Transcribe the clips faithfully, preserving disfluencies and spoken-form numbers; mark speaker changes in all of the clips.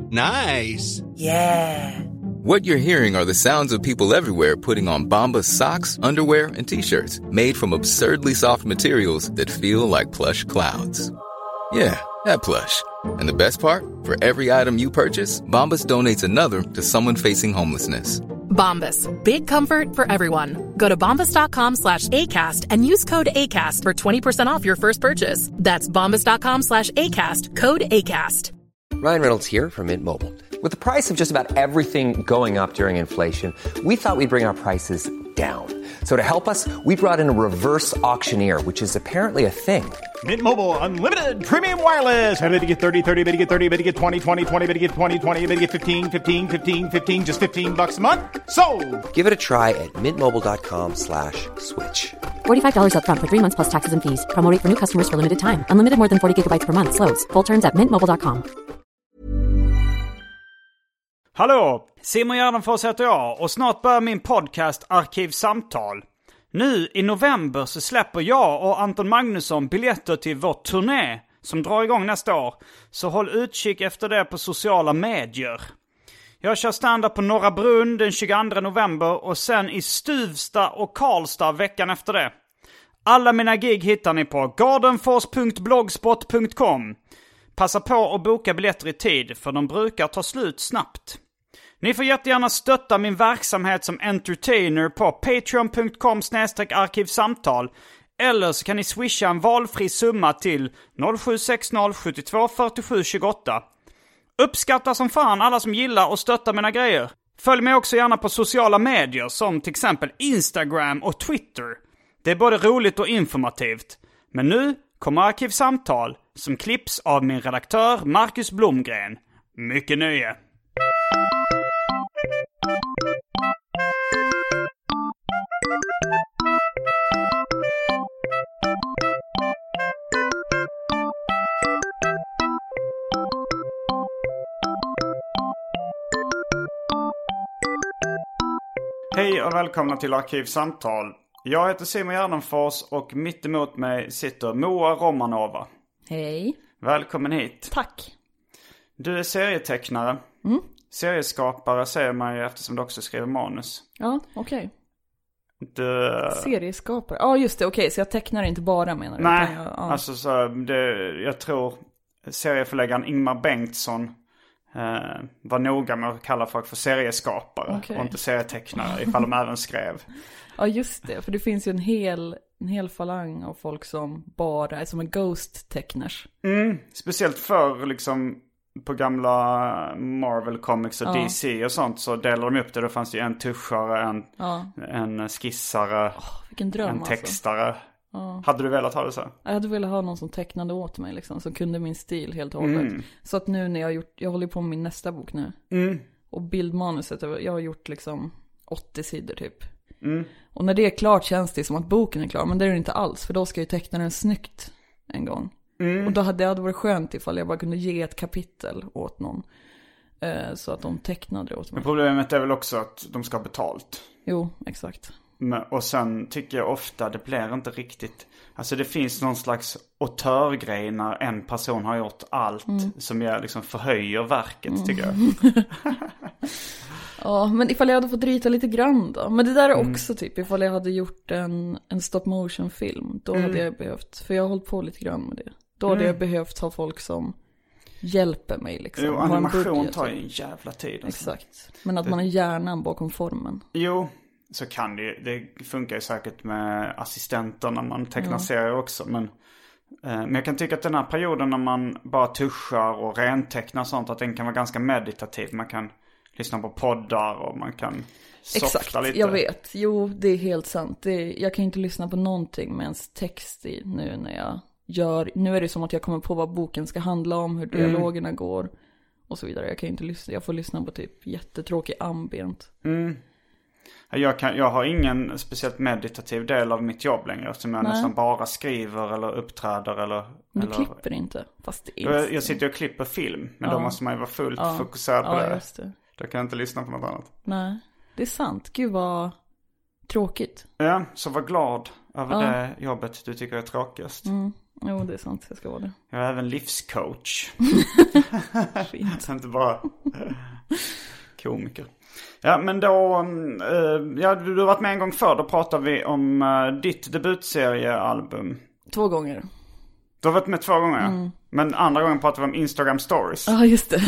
Speaker 1: Nice.
Speaker 2: Yeah.
Speaker 3: What you're hearing are the sounds of people everywhere putting on Bombas socks, underwear, and T-shirts made from absurdly soft materials that feel like plush clouds. Yeah, that plush. And the best part? For every item you purchase, Bombas donates another to someone facing homelessness.
Speaker 4: Bombas. Big comfort for everyone. Go to bombas.com slash ACAST and use code ACAST for twenty percent off your first purchase. That's bombas.com slash ACAST. Code ACAST.
Speaker 5: Ryan Reynolds here from Mint Mobile. With the price of just about everything going up during inflation, we thought we'd bring our prices down. So to help us, we brought in a reverse auctioneer, which is apparently a thing.
Speaker 6: Mint Mobile Unlimited Premium Wireless. How to get thirty, thirty, how to get thirty, how to get twenty, twenty, twenty, how to get twenty, twenty, how to get fifteen, fifteen, fifteen, fifteen, just fifteen bucks a month? Sold!
Speaker 5: Give it a try at mintmobile.com slash switch.
Speaker 7: forty-five dollars up front for three months plus taxes and fees. Promo rate for new customers for limited time. Unlimited more than forty gigabytes per month. Slows full terms at mint mobile dot com.
Speaker 6: Hallå, Simon Gärdenfors heter jag och snart börjar min podcast Arkivsamtal. Nu i november så släpper jag och Anton Magnusson biljetter till vår turné som drar igång nästa år. Så håll utkik efter det på sociala medier. Jag kör stand-up på Norra Brunn den tjugoandra november och sen i Stuvsta och Karlstad veckan efter det. Alla mina gig hittar ni på gardenfors punkt blogspot punkt com. Passa på att boka biljetter i tid för de brukar ta slut snabbt. Ni får jättegärna stötta min verksamhet som entertainer på patreon punkt com slash arkivsamtal. Eller så kan ni swisha en valfri summa till noll sju sex noll sju två fyra sju två åtta. Uppskatta som fan alla som gillar och stöttar mina grejer. Följ mig också gärna på sociala medier som till exempel Instagram och Twitter. Det är både roligt och informativt. Men nu kommer Arkivsamtal som klipps av min redaktör Marcus Blomgren. Mycket nöje! Hej och välkomna till Arkivsamtal. Jag heter Simon Gärdenfors och mitt emot mig sitter Moa Romanova.
Speaker 8: Hej.
Speaker 6: Välkommen hit.
Speaker 8: Tack.
Speaker 6: Du är serietecknare.
Speaker 8: Mm.
Speaker 6: Serieskapare säger man ju eftersom du också skriver manus.
Speaker 8: Ja, okej.
Speaker 6: Okay. Du...
Speaker 8: Serieskapare. Ja, just det. Okej, okay. Så jag tecknar inte bara menar du?
Speaker 6: Nej,
Speaker 8: jag, ja.
Speaker 6: alltså så det, jag tror serieförläggaren Ingmar Bengtsson eh, var noga med att kalla folk för serieskapare okay. och inte serietecknare ifall de även skrev.
Speaker 8: Ja, just det. För det finns ju en hel, en hel falang av folk som bara är som en ghost-teckners.
Speaker 6: Mm, speciellt för liksom på gamla Marvel Comics och ja. D C och sånt så delar de upp det. Då fanns det ju en tuschare, en,
Speaker 8: ja.
Speaker 6: en skissare,
Speaker 8: oh, vilken dröm,
Speaker 6: en textare.
Speaker 8: Alltså. Ja.
Speaker 6: Hade du velat ha det så?
Speaker 8: Jag hade velat ha någon som tecknade åt mig liksom, som kunde min stil helt och hållet. Mm. Så att nu när jag har gjort, jag håller på med min nästa bok nu.
Speaker 6: Mm.
Speaker 8: Och bildmanuset, jag har gjort liksom åttio sidor typ.
Speaker 6: Mm.
Speaker 8: Och när det är klart känns det som att boken är klar. Men det är det inte alls, för då ska jag teckna den snyggt en gång.
Speaker 6: Mm.
Speaker 8: Och då hade det hade varit skönt ifall jag bara kunde ge ett kapitel åt någon. Eh, så att de tecknade det åt mig.
Speaker 6: Men problemet är väl också att de ska ha betalt.
Speaker 8: Jo, exakt.
Speaker 6: Men, och sen tycker jag ofta det blir inte riktigt. Alltså det finns någon slags auteurgrej när en person har gjort allt mm. som jag liksom förhöjer verket mm. tycker jag.
Speaker 8: Ja, men ifall jag hade fått rita lite grann då. Men det där är också mm. typ ifall jag hade gjort en, en stop motion film. Då mm. hade jag behövt, för jag har hållit på lite grann med det. Då hade mm. jag behövt ha folk som hjälper mig liksom.
Speaker 6: Jo, animation tar ju en jävla tid. Alltså.
Speaker 8: Exakt. Men att
Speaker 6: det...
Speaker 8: man är hjärnan bakom formen.
Speaker 6: Jo, så kan det det funkar ju säkert med assistenter när man tecknar ja. serier också. Men, eh, men jag kan tycka att den här perioden när man bara tuschar och rentecknar sånt, att den kan vara ganska meditativ. Man kan lyssna på poddar och man kan softa
Speaker 8: Exakt,
Speaker 6: lite.
Speaker 8: Jag vet. Jo, det är helt sant. Det är, jag kan inte lyssna på någonting med ens text i nu när jag gör. Nu är det som att jag kommer på vad boken ska handla om, hur dialogerna mm. går och så vidare. Jag kan inte lyssna. Jag får lyssna på typ jättetråkig ambient.
Speaker 6: Mm. Jag, kan, jag har ingen speciellt meditativ del av mitt jobb längre, eftersom jag
Speaker 8: Nej.
Speaker 6: nästan bara skriver eller uppträder eller...
Speaker 8: Du
Speaker 6: eller...
Speaker 8: klipper inte, fast det är
Speaker 6: jag, jag sitter och klipper film, men ja. då måste man ju vara fullt
Speaker 8: ja.
Speaker 6: fokuserad på
Speaker 8: ja,
Speaker 6: det.
Speaker 8: Just det.
Speaker 6: Då kan jag inte lyssna på något annat.
Speaker 8: Nej, det är sant. Gud vad tråkigt.
Speaker 6: Ja, så var glad över
Speaker 8: ja.
Speaker 6: det jobbet du tycker är tråkigast.
Speaker 8: Mm. Jo, det är sant. Jag ska vara det.
Speaker 6: Jag är även livscoach.
Speaker 8: Fint.
Speaker 6: Inte bara komiker. Ja, men då... Uh, ja, du har varit med en gång förr. Då pratade vi om uh, ditt debutseriealbum.
Speaker 8: Två gånger.
Speaker 6: Du har varit med två gånger,
Speaker 8: mm.
Speaker 6: ja. Men andra gången pratade vi om Instagram stories.
Speaker 8: Ja, just det.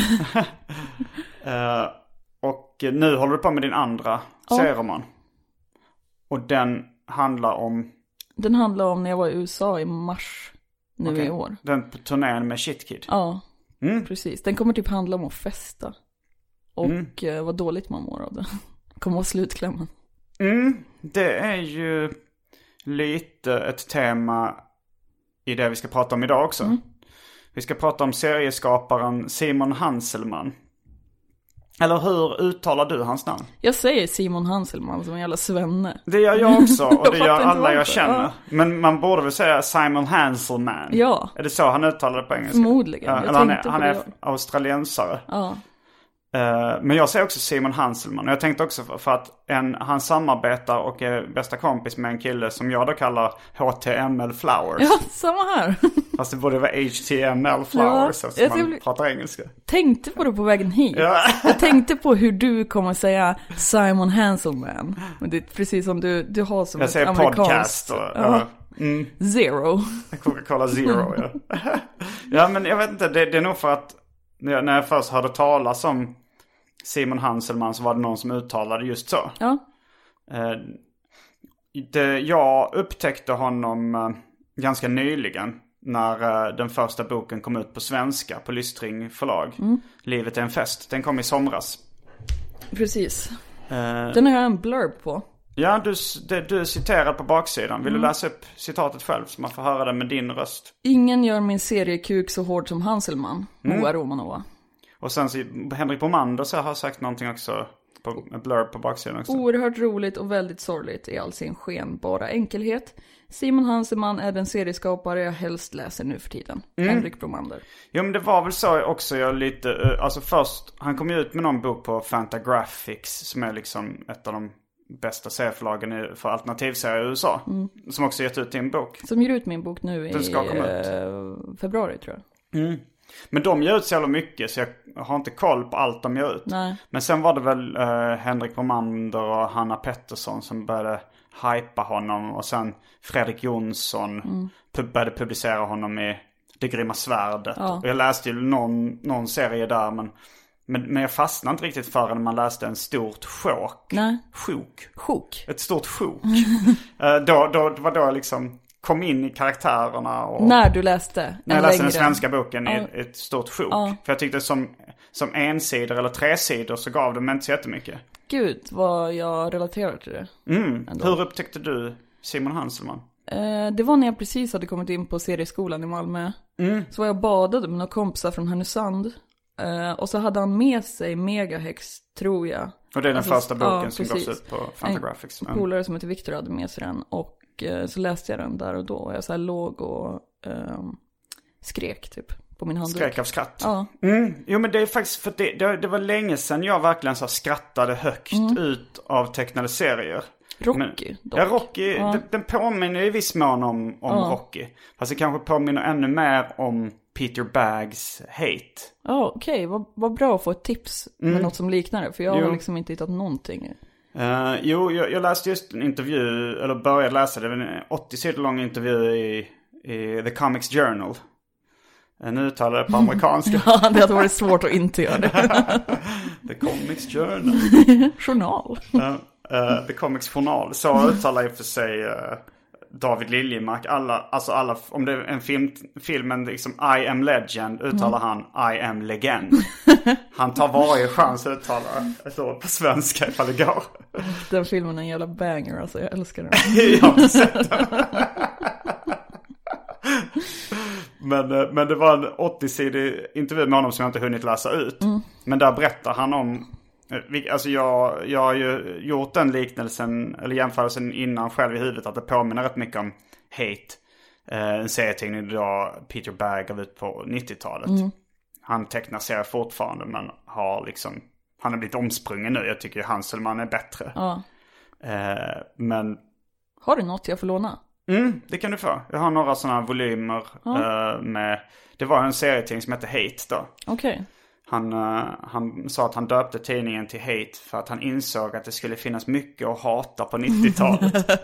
Speaker 6: uh, och nu håller du på med din andra ja. serieroman. Och den handlar om...
Speaker 8: Den handlar om när jag var i U S A i mars nu okay. i år.
Speaker 6: Den på turnén med Shit Kid.
Speaker 8: Ja,
Speaker 6: mm.
Speaker 8: precis. Den kommer typ handla om att festa. Och mm. vad dåligt man mår av det. Kommer vara slutklämmen.
Speaker 6: Mm, det är ju lite ett tema i det vi ska prata om idag också. Mm. Vi ska prata om serieskaparen Simon Hanselman. Eller hur uttalar du hans namn?
Speaker 8: Jag säger Simon Hanselman som en jävla svenne.
Speaker 6: Det gör jag också och det gör alla jag känner. Ja. Men man borde väl säga Simon Hanselman.
Speaker 8: Ja.
Speaker 6: Är det så han uttalar det på engelska?
Speaker 8: Förmodligen.
Speaker 6: Ja, eller han är, han är australiensare.
Speaker 8: Ja.
Speaker 6: Uh, men jag säger också Simon Hanselman. Och jag tänkte också för, för att en, han samarbetar och är bästa kompis med en kille som jag då kallar H T M L Flowers.
Speaker 8: Ja, samma här.
Speaker 6: Fast det borde vara H T M L Flowers ja, eftersom man bli... pratar engelska.
Speaker 8: Tänkte på det på vägen hit. Ja. Jag tänkte på hur du kommer säga Simon Hanselman. Men det är precis som du, du har som
Speaker 6: jag
Speaker 8: ett
Speaker 6: säger
Speaker 8: amerikanskt...
Speaker 6: podcast och,
Speaker 8: ja. mm. Zero.
Speaker 6: Coca-Cola Zero, ja. Ja, men jag vet inte. Det, det är nog för att när jag, när jag först hörde talas om Simon Hanselman så var det någon som uttalade just så.
Speaker 8: Ja.
Speaker 6: Eh, det, jag upptäckte honom eh, ganska nyligen när eh, den första boken kom ut på svenska på Lystring förlag. Mm. Livet är en fest. Den kom i somras.
Speaker 8: Precis.
Speaker 6: Eh,
Speaker 8: den har jag en blurb på.
Speaker 6: Ja, du, det, du citerar på baksidan. Vill mm. du läsa upp citatet själv så man får höra det med din röst?
Speaker 8: Ingen gör min seriekuk så hård som Hanselman. Mm. Moa Romanova.
Speaker 6: Och sen så Henrik Bomander så har sagt någonting också på blurb på baksidan också.
Speaker 8: Oerhört roligt och väldigt sorgligt i all sin skenbara enkelhet. Simon Hanselman är den serieskapare jag helst läser nu för tiden. Mm. Henrik Bomander.
Speaker 6: Jo, men det var väl så också jag lite, alltså först, han kom ju ut med någon bok på Fantagraphics som är liksom ett av de bästa serieförlagen för alternativserier i U S A. Mm. Som också gett ut din bok.
Speaker 8: Som ger ut min bok nu i uh, februari tror jag.
Speaker 6: Mm. Men de gör ut så jävla mycket så jag har inte koll på allt de gör ut.
Speaker 8: Nej.
Speaker 6: Men sen var det väl uh, Henrik Bomander och Hanna Pettersson som började hypa honom. Och sen Fredrik Jonsson mm. pub- började publicera honom i Det grymma svärdet. Ja. Och jag läste ju någon, någon serie där men, men, men jag fastnade inte riktigt förrän man läste en stort sjok.
Speaker 8: Nej.
Speaker 6: Sjok.
Speaker 8: Sjok.
Speaker 6: Ett stort sjok. uh, då, då, det var då jag liksom kom in i karaktärerna. Och
Speaker 8: när du läste?
Speaker 6: När jag läste den svenska boken ja. i ett stort sjok. Ja. För jag tyckte som, som en sidor eller tre sidor så gav de inte så jättemycket.
Speaker 8: Gud, vad jag relaterar till det.
Speaker 6: Mm. Hur upptäckte du Simon Hanselman?
Speaker 8: Eh, det var när jag precis hade kommit in på serieskolan i Malmö.
Speaker 6: Mm.
Speaker 8: Så var jag badade med några kompisar från Härnösand. Eh, och så hade han med sig Megahex, tror jag.
Speaker 6: Och det är den
Speaker 8: alltså,
Speaker 6: första boken
Speaker 8: ja,
Speaker 6: som gavs ut på Fantagraphics.
Speaker 8: En polare som heter Victor hade med sig den. Och så läste jag den där och då. Och jag så här låg och um, skrek typ på min handduk.
Speaker 6: Skrek av skratt.
Speaker 8: Ja.
Speaker 6: Mm. Jo, men det är faktiskt för det, det, det var länge sedan jag verkligen så skrattade högt mm. ut av tecknade serier.
Speaker 8: Rocky
Speaker 6: men,
Speaker 8: dock.
Speaker 6: Ja, Rocky.
Speaker 8: Ja.
Speaker 6: Den, den påminner i viss mån om, om ja. Rocky. Fast det kanske påminner ännu mer om Peter Baggs Hate.
Speaker 8: Ja, okej. Okay. Vad, vad bra att få ett tips med mm. något som liknar det. För jag
Speaker 6: jo.
Speaker 8: har liksom inte hittat någonting.
Speaker 6: Uh, jo, jag, jag läste just en intervju, eller började läsa det, en åttio sidor lång intervju i, i The Comics Journal. Uh, nu uttalar jag på amerikanska.
Speaker 8: Ja, det hade varit svårt att inte göra det.
Speaker 6: The Comics Journal.
Speaker 8: Journal.
Speaker 6: Uh, uh, The Comics Journal. Så uttalar jag för sig uh, David Liljemark. Alla, alltså alla, om det är en film, filmen liksom I am legend uttalar mm. han I am legend. Han tar varje chans att uttala ett ord på svenska ifall det går.
Speaker 8: Den filmen är en jävla banger, alltså jag älskar den.
Speaker 6: Jag har sett den. men, men det var en åttio-sidig intervju med honom som jag inte hunnit läsa ut. Mm. Men där berättar han om, alltså jag, jag har ju gjort den liknelsen eller jämförelsen innan själv i huvudet att det påminner rätt mycket om Hate. En serietidning då Peter Bagg gav ut på nittiotalet. Mm. Han tecknar serier fortfarande men har liksom, han har blivit omsprungen nu. Jag tycker Hanselman är bättre.
Speaker 8: Ja.
Speaker 6: Eh, men...
Speaker 8: Har du något jag får låna?
Speaker 6: Mm, det kan du få. Jag har några sådana volymer ja. uh, med... Det var en serietidning som hette Hate då.
Speaker 8: Okej. Okay.
Speaker 6: Han, uh, han sa att han döpte tidningen till Hate för att han insåg att det skulle finnas mycket att hata på nittiotalet.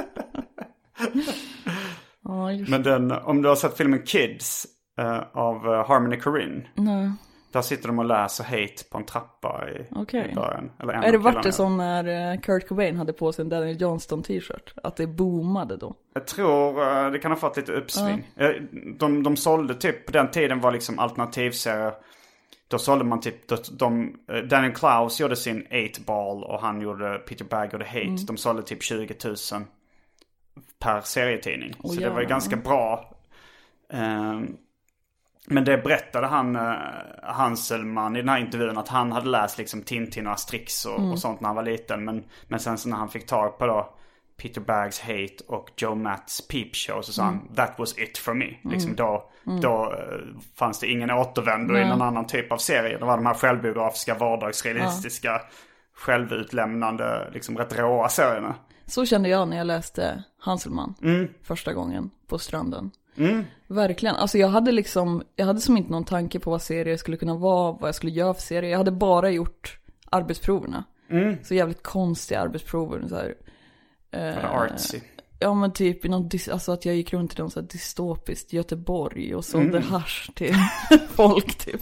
Speaker 8: Ja, just...
Speaker 6: Men den, om du har sett filmen Kids uh, av uh, Harmony Korine.
Speaker 8: Nej.
Speaker 6: Där sitter de och läser Hate på en trappa i,
Speaker 8: okay.
Speaker 6: i början. Eller en
Speaker 8: är det vart det som när Kurt Cobain hade på sig en Daniel Johnston t-shirt? Att det boomade då?
Speaker 6: Jag tror uh, det kan ha fått lite uppsving. Uh. De, de sålde typ, på den tiden var liksom alternativserier. Då sålde man typ, de, de, Daniel Klaus gjorde sin eight ball och han gjorde, Peter Bagge gjorde Hate. Mm. De sålde typ tjugo tusen per serietidning. Oh, så ja. Det var ju ganska bra. Um, men det berättade han, uh, Hanselman i den här intervjun, att han hade läst liksom Tintin och Asterix och, mm. och sånt när han var liten. Men, men sen så när han fick tag på då Peter Baggs Hate och Joe Matts Peep Show så sa mm. han, that was it for me. Mm. Liksom då, mm. då uh, fanns det ingen återvändo mm. i någon annan typ av serie. Det var de här självbiografiska, vardagsrealistiska, ja. självutlämnande, liksom rätt råa serierna.
Speaker 8: Så kände jag när jag läste Hanselman
Speaker 6: mm.
Speaker 8: första gången på stranden.
Speaker 6: Mm.
Speaker 8: Verkligen. Alltså jag hade liksom, jag hade som inte någon tanke på vad serier skulle kunna vara, vad jag skulle göra för serier. Jag hade bara gjort arbetsproverna.
Speaker 6: Mm.
Speaker 8: Så jävligt konstiga arbetsprover. Så här,
Speaker 6: eh, artsy.
Speaker 8: Ja men typ i någon, alltså att jag gick runt i någon så här dystopiskt Göteborg och sålde mm. hasch till folk typ.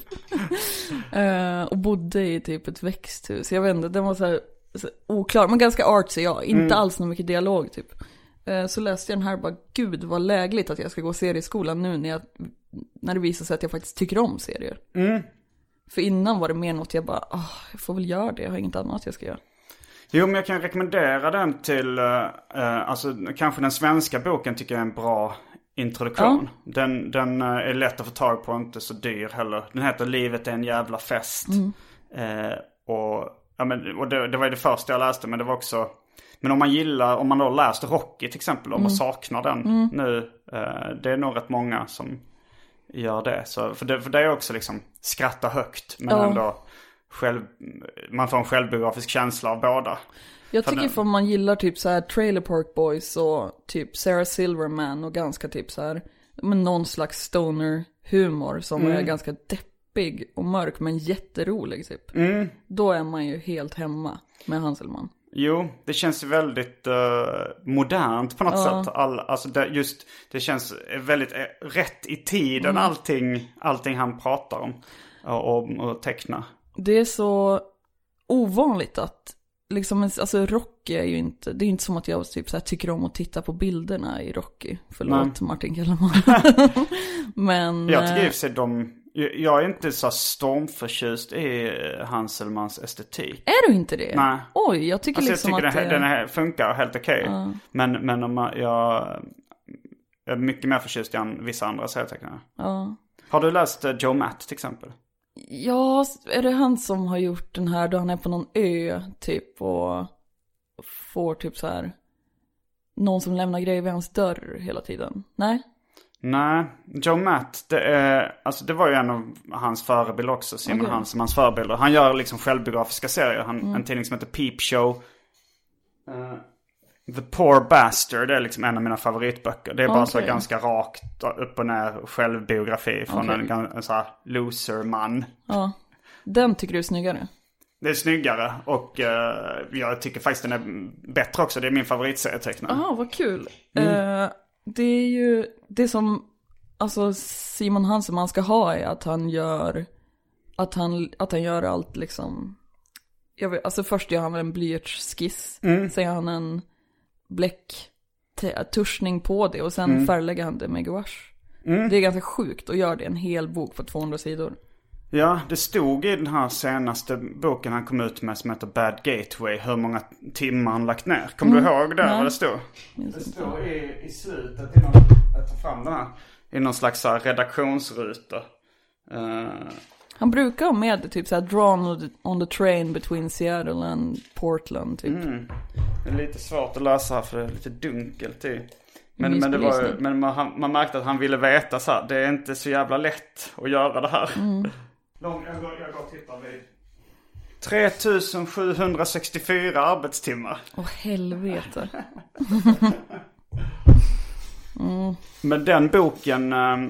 Speaker 8: eh, och bodde i typ ett växthus. Jag vet inte, den var så här, så oklar, men ganska artsy, ja. Inte mm. alls någon mycket dialog typ. Så läste jag den här och bara, gud vad lägligt att jag ska gå serieskolan nu när, jag, när det visar sig att jag faktiskt tycker om serier.
Speaker 6: Mm.
Speaker 8: För innan var det mer något jag bara, oh, jag får väl göra det, jag har inget annat jag ska göra.
Speaker 6: Jo, men jag kan rekommendera den till, uh, alltså kanske den svenska boken tycker jag är en bra introduktion. Ja. Den, den uh, är lätt att få tag på och inte så dyr heller. Den heter Livet är en jävla fest.
Speaker 8: Mm.
Speaker 6: Uh, och ja, men, och det, det var det första jag läste, men det var också... Men om man gillar, om man då läste Rocky till exempel, om man mm. saknar den
Speaker 8: mm.
Speaker 6: nu, eh, det är nog rätt många som gör det. Så, för, det för det är också liksom skratta högt, men
Speaker 8: ja.
Speaker 6: ändå själv, man får en självbiografisk känsla av båda.
Speaker 8: Jag
Speaker 6: för
Speaker 8: tycker
Speaker 6: den,
Speaker 8: för man gillar typ så här Trailer Park Boys och typ Sarah Silverman och ganska typ så här, med någon slags stoner humor som mm. är ganska deppig och mörk men jätterolig typ.
Speaker 6: Mm.
Speaker 8: Då är man ju helt hemma med Hanselman.
Speaker 6: Jo, det känns väldigt uh, modernt på något ja. sätt. All, alltså det, just, det känns väldigt uh, rätt i tiden mm. allting, allting han pratar om och, och, och tecknar. Det
Speaker 8: är så ovanligt att liksom, alltså Rocky är ju inte, det är inte som att jag typ så här tycker om att titta på bilderna i Rocky. Förlåt Nej. Martin Kellerman. Men
Speaker 6: jag tycker i och för sig de, jag är inte så stormförtjust i Hanselmans estetik.
Speaker 8: Är du inte det?
Speaker 6: Nej.
Speaker 8: Oj, jag tycker
Speaker 6: alltså,
Speaker 8: liksom
Speaker 6: jag tycker
Speaker 8: att
Speaker 6: den,
Speaker 8: det...
Speaker 6: den här funkar helt okej. Okay.
Speaker 8: Uh.
Speaker 6: Men, men om jag, jag är mycket mer förtjust än vissa andra serietecknare.
Speaker 8: Uh.
Speaker 6: Har du läst Joe Matt till exempel?
Speaker 8: Ja, är det han som har gjort den här då han är på någon ö typ och får typ så här någon som lämnar grejer vid hans dörr hela tiden? Nej?
Speaker 6: Nej, Joe Matt, det, är, alltså det var ju en av hans förebilder också, Simon okay. Hansen, hans förebilder. Han gör liksom självbiografiska serier, han, mm. en tidning som heter Peep Show. Uh, The Poor Bastard är liksom en av mina favoritböcker. Det är bara okay. så ganska rakt upp och ner självbiografi från okay. en, en sån här loser-man.
Speaker 8: Ja, den tycker du är snyggare?
Speaker 6: Det är snyggare och uh, jag tycker faktiskt den är bättre också. Det är min favoritserietecknare.
Speaker 8: Jaha, vad kul. Mm. Uh, det är ju det som alltså Simon Hansen man ska ha är att han gör att han, att han gör allt liksom jag vet, alltså först gör han väl en blyertsskiss
Speaker 6: mm.
Speaker 8: sen gör han en bläck te- tuschning på det och sen mm. färglägger han det med gouache. Mm. Det är ganska sjukt att göra det en hel bok på tvåhundra sidor. Ja,
Speaker 6: det stod i den här senaste boken han kom ut med som heter Bad Gateway hur många timmar han lagt ner. Kommer mm. du ihåg det? Ja. Vad det stod? Det står i, i slutet innan jag tar fram den här i någon slags så här redaktionsruta. Uh...
Speaker 8: Han brukar ha med det typ så här drawn on the train between Seattle and Portland typ.
Speaker 6: Mm. Det är lite svårt att läsa här för det är lite dunkelt i. Men, men, det var, men man, man märkte att han ville veta så här, det är inte så jävla lätt att göra det här.
Speaker 8: Mm.
Speaker 6: Lång, jag, går, jag går och tittar vid tre tusen sjuhundrasextiofyra arbetstimmar.
Speaker 8: Åh helvete. Mm.
Speaker 6: Men den boken,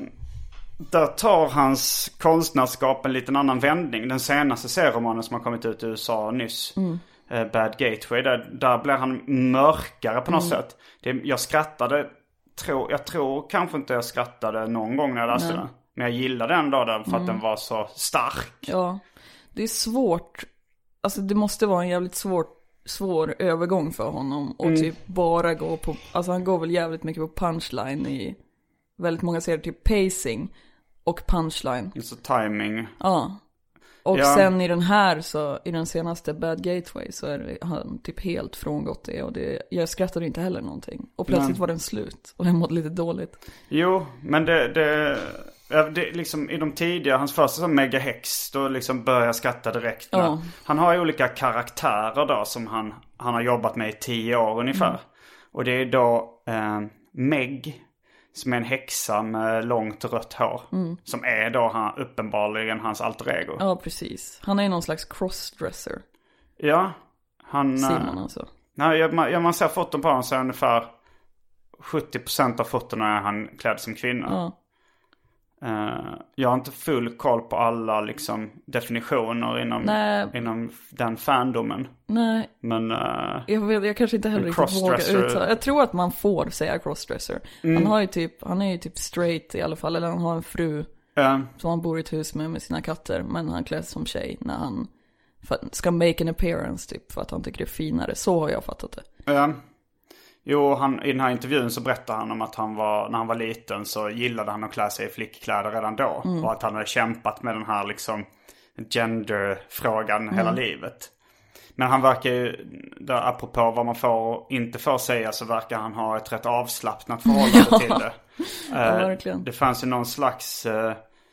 Speaker 6: där tar hans konstnärskap en liten annan vändning. Den senaste serieromanen som har kommit ut i U S A nyss, mm. Bad Gateway, där, där blir han mörkare på något mm. sätt. Det, jag skrattade, tro, jag tror kanske inte jag skrattade någon gång när jag läste den. Men jag gillade den då där för mm. att den var så stark.
Speaker 8: Ja, det är svårt. Alltså det måste vara en jävligt svår, svår övergång för honom. Och mm. typ bara gå på, alltså han går väl jävligt mycket på punchline i väldigt många serier, typ pacing och punchline.
Speaker 6: Så timing.
Speaker 8: Ja. Och
Speaker 6: ja.
Speaker 8: sen i den här så, i den senaste Bad Gateway så är det, han typ helt frångått det. Och det, jag skrattade inte heller någonting. Och plötsligt Nej. var den slut. Och jag mådde lite dåligt.
Speaker 6: Jo, men det, det, det liksom i de tidiga, hans första som Mega Hex, då liksom börjar jag skratta direkt. Ja. Han har ju olika karaktärer då som han, han har jobbat med i tio år ungefär. Mm. Och det är då eh, Meg, som är en häxa med långt rött hår. Mm. Som är då han, uppenbarligen hans alter ego.
Speaker 8: Ja, precis. Han är ju någon slags crossdresser.
Speaker 6: Ja, han...
Speaker 8: Simon alltså.
Speaker 6: Nej, jag, man, man ser foton på honom så är ungefär sjuttio procent av fotona är han klädd som kvinna. Ja. Uh, jag har inte full koll på alla liksom definitioner inom, inom den fandomen.
Speaker 8: Nej.
Speaker 6: Men uh,
Speaker 8: jag, vet, jag kanske inte heller riktigt vågar uttala. Jag tror att man får säga crossdresser. Mm. Han har ju typ, han är ju typ straight i alla fall. Eller han har en fru uh. som han bor i ett hus med med sina katter. Men han klär som tjej när han för, ska make an appearance typ. För att han tycker det är finare. Så har jag fattat det.
Speaker 6: Ja. Uh. Jo, han, i den här intervjun så berättar han om att han var, när han var liten så gillade han att klä sig i flickkläder redan då. Mm. Och att han hade kämpat med den här liksom genderfrågan mm. hela livet. Men han verkar ju, där, apropå vad man får och inte får säga, så verkar han ha ett rätt avslappnat förhållande ja. till det.
Speaker 8: Ja, verkligen.
Speaker 6: Det fanns ju någon slags eh,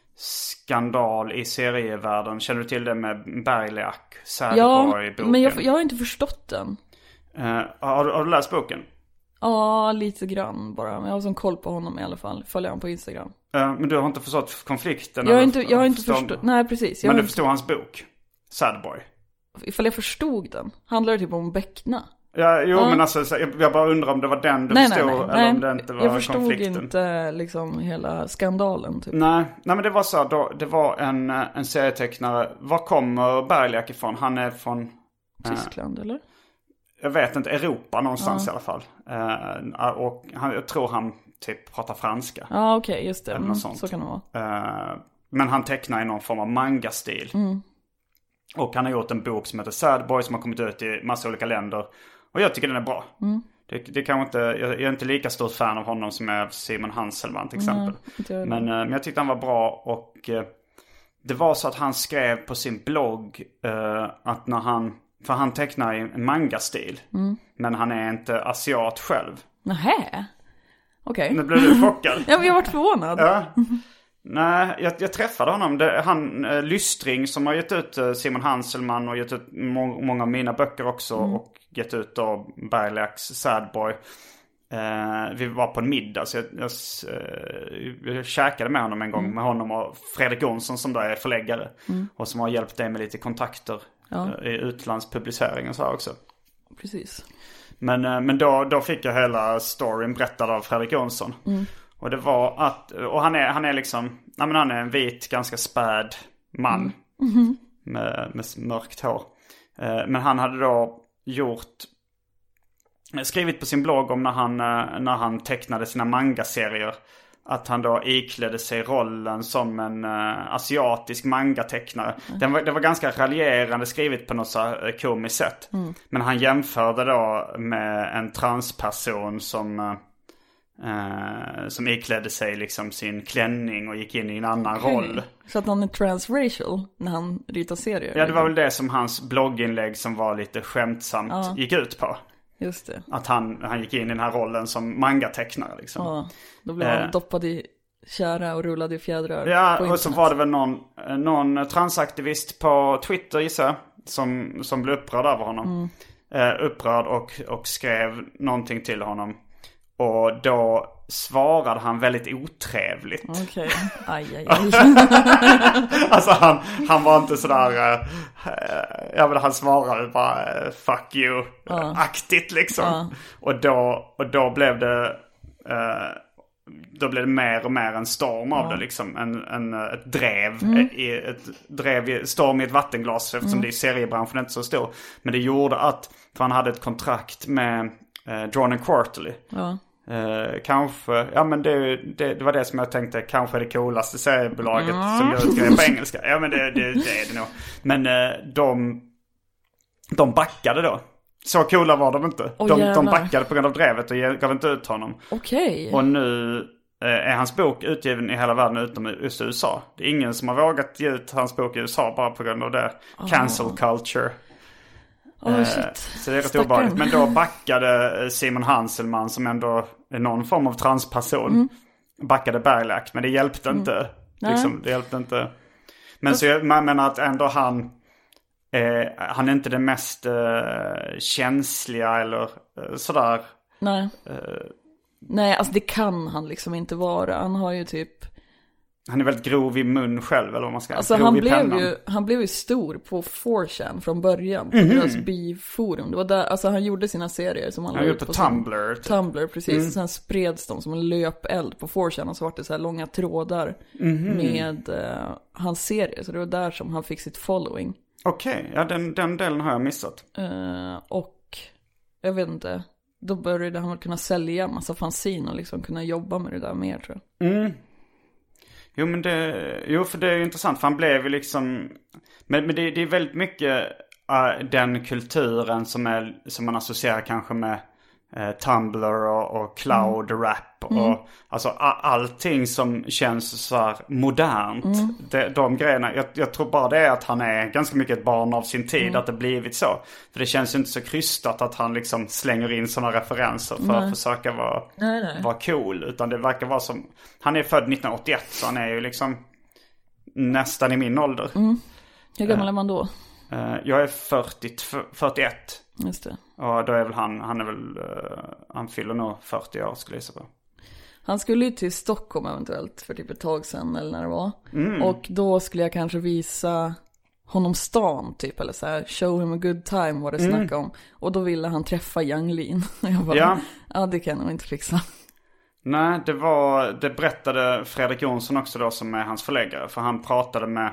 Speaker 6: skandal i serievärlden. Känner du till det med Berglac, Sad
Speaker 8: ja,
Speaker 6: Boy-boken?
Speaker 8: Ja, men jag, jag har inte förstått den.
Speaker 6: Uh, har, har du läst boken?
Speaker 8: Ja, lite grann bara. Men jag har sån koll på honom i alla fall. Följer han på Instagram.
Speaker 6: Uh, men du har inte förstått konflikten?
Speaker 8: Jag har inte, jag har inte förstått. förstått. Nej, precis. Jag
Speaker 6: men du
Speaker 8: inte...
Speaker 6: förstod hans bok? Sad Boy?
Speaker 8: Ifall jag förstod den. Handlar det typ om Beckna?
Speaker 6: Ja, jo, uh. men alltså jag, jag bara undrar om det var den du
Speaker 8: nej,
Speaker 6: förstod.
Speaker 8: Nej, nej,
Speaker 6: eller
Speaker 8: nej.
Speaker 6: om det inte var
Speaker 8: jag förstod
Speaker 6: konflikten.
Speaker 8: inte liksom hela skandalen typ.
Speaker 6: Nej, nej men det var så. Då, det var en, en serietecknare. Var kommer Berglac ifrån? Han är från...
Speaker 8: Tyskland, uh, eller?
Speaker 6: Jag vet inte, Europa någonstans ja. i alla fall. Uh, och han, jag tror han typ pratar franska.
Speaker 8: Ja, okej, okay, just det. Mm, så kan det vara.
Speaker 6: Uh, men han tecknar i någon form av manga-stil. Mm. Och han har gjort en bok som heter Sad Boy som har kommit ut i massa olika länder. Och jag tycker den är bra. Mm. Det, det kan inte, jag är inte lika stort fan av honom som är Simon Hanselman till exempel. Mm, men, uh, men jag tyckte han var bra och uh, det var så att han skrev på sin blogg uh, att när han... För han tecknar i en manga-stil. Mm. Men han är inte asiat själv.
Speaker 8: Nähä. Okej. Okay.
Speaker 6: Nu blev du chockad.
Speaker 8: Ja, men jag har varit förvånad.
Speaker 6: Ja. Nej, jag, jag träffade honom. Det, han, eh, Lystring som har gett ut eh, Simon Hanselman och gett ut må- många av mina böcker också. Mm. Och gett ut då Berglacs Sad Boy. Eh, vi var på en middag så jag, jag, jag, jag käkade med honom en gång. Mm. Med honom och Fredrik Jonsson som då är förläggare. Mm. Och som har hjälpt dig med lite kontakter. Ja. I utlandspublicering och så också.
Speaker 8: Precis.
Speaker 6: Men, men då, då fick jag hela storyn berättad av Fredrik Jonsson. Mm. Och det var att, och han är, han är liksom, ja men han är en vit, ganska späd man. Mm. Mm. Med, med mörkt hår. Men han hade då gjort, skrivit på sin blogg om när han, när han tecknade sina manga-serier. Att han då iklädde sig rollen som en uh, asiatisk manga-tecknare. Mm. Den var, det var ganska raljerande skrivet på något så uh, komiskt sätt. Mm. Men han jämförde då med en transperson som, uh, uh, som iklädde sig liksom sin klänning och gick in i en annan okay. roll.
Speaker 8: Så att han är transracial när han ritar serier?
Speaker 6: Ja, det var väl det som hans blogginlägg som var lite skämtsamt ja. gick ut på.
Speaker 8: Just det.
Speaker 6: Att han, han gick in i den här rollen som manga-tecknare liksom.
Speaker 8: Ja, då blev han eh. doppad i kära och rullade i fjädrar.
Speaker 6: Ja, och så var det väl någon, någon transaktivist på Twitter gissar som, som blev upprörd över honom. Mm. Eh, upprörd och, och skrev någonting till honom. Och då svarade han väldigt otrevligt.
Speaker 8: Okej, okay. aj, aj, aj.
Speaker 6: Alltså han, han var inte sådär, uh, jag vet, han svarade bara uh, fuck you, uh. aktigt liksom. Uh. Och, då, och då blev det, uh, då blev det mer och mer en storm av
Speaker 8: ja.
Speaker 6: det liksom. En, en, ett drev. Mm. I, ett drev i, storm i ett vattenglas eftersom mm. det i seriebranschen inte så stor. Men det gjorde att, för han hade ett kontrakt med eh, Drawn and Quarterly.
Speaker 8: Ja.
Speaker 6: Eh, kanske, ja men det, det, det var det som jag tänkte, kanske är det coolaste seriebolaget mm. som gör ett grej på engelska. Ja men det, det, det är det nog. Men eh, de, de backade då. Så coola var de inte.
Speaker 8: Oh,
Speaker 6: de, de backade på grund av drevet och gav inte ut honom.
Speaker 8: Okej. Okay.
Speaker 6: Och nu eh, är hans bok utgiven i hela världen utom i U S A. Det är ingen som har vågat ge ut hans bok i U S A bara på grund av det. Oh. Cancel culture.
Speaker 8: Oh, shit.
Speaker 6: Eh, så det är rätt obehagligt. Men då backade Simon Hanselman, som ändå är någon form av transperson. Mm. Backade Berglac, men det hjälpte mm. inte. Liksom, det hjälpte inte. Men så jag menar att ändå han... Eh, han är inte det mest eh, känsliga eller eh, sådär.
Speaker 8: Nej.
Speaker 6: Eh,
Speaker 8: Nej, alltså det kan han liksom inte vara. Han har ju typ...
Speaker 6: Han är väldigt grov i mun själv, eller vad man ska.
Speaker 8: Alltså han blev, ju, han blev ju stor på four chan från början. På mm-hmm. deras biforum. Det var där, alltså han gjorde sina serier som han,
Speaker 6: han gjorde på, på Tumblr.
Speaker 8: Typ. Tumblr, precis. Mm. Sen spreds de som en löpeld på four chan. Och så var det så här långa trådar mm-hmm. med uh, hans serier. Så det var där som han fick sitt following.
Speaker 6: Okej, okay. Ja den, den delen har jag missat.
Speaker 8: Uh, och jag vet inte. Då började han kunna sälja massa fanzine och liksom kunna jobba med det där mer, tror jag.
Speaker 6: Mm. Jo, men det, jo, för det är ju intressant. För han blev ju liksom... Men, men det, det är väldigt mycket uh, den kulturen som, är, som man associerar kanske med uh, Tumblr och, och cloud mm. rap. Och, mm. Alltså a- allting som känns så här modernt. Mm. De, de grejerna. Jag, jag tror bara det är att han är ganska mycket ett barn av sin tid. Mm. Att det blivit så. För det känns ju inte så krystat att han liksom slänger in sådana referenser för nej. Att försöka vara,
Speaker 8: nej, nej.
Speaker 6: vara cool. Utan det verkar vara som... Han är född nittonhundraåttioett, så han är ju liksom nästan i min ålder.
Speaker 8: Mm. Hur gammal är man då?
Speaker 6: Uh, jag är fyrtio, fyrtioett.
Speaker 8: Just det.
Speaker 6: Och då är väl han, han är väl, uh, han fyller nog fyrtio år, skulle jag gissa på.
Speaker 8: Han skulle ju till Stockholm eventuellt för typ ett tag sedan eller när det var.
Speaker 6: Mm.
Speaker 8: Och då skulle jag kanske visa honom stan typ, eller så här, show him a good time, vad det
Speaker 6: mm.
Speaker 8: snackade om. Och då ville han träffa Yang Lin. Jag bara, ja. ja, det kan jag nog inte fixa.
Speaker 6: Nej, det var, det berättade Fredrik Jonsson också då, som är hans förläggare. För han pratade med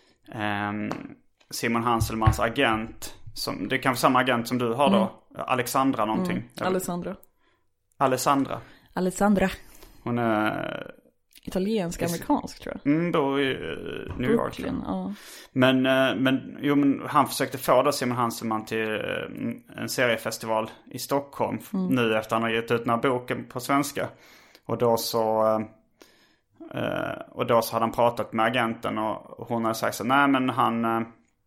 Speaker 6: eh, Simon Hanselmans agent. Som, det är kanske samma agent som du har då. Mm. Alexandra någonting.
Speaker 8: Mm. Alessandra.
Speaker 6: Alessandra.
Speaker 8: Alessandra.
Speaker 6: Hon är...
Speaker 8: Italiensk, amerikansk tror jag.
Speaker 6: Mm, då i uh, New York.
Speaker 8: Brooklyn, ja.
Speaker 6: Men, uh, men, jo, men han försökte få då Simon Hanselman till uh, en seriefestival i Stockholm. Mm. Nu efter han har gett ut den här boken på svenska. Och då så... Uh, uh, och då så hade han pratat med agenten. Och hon hade sagt så, nej men han... Uh,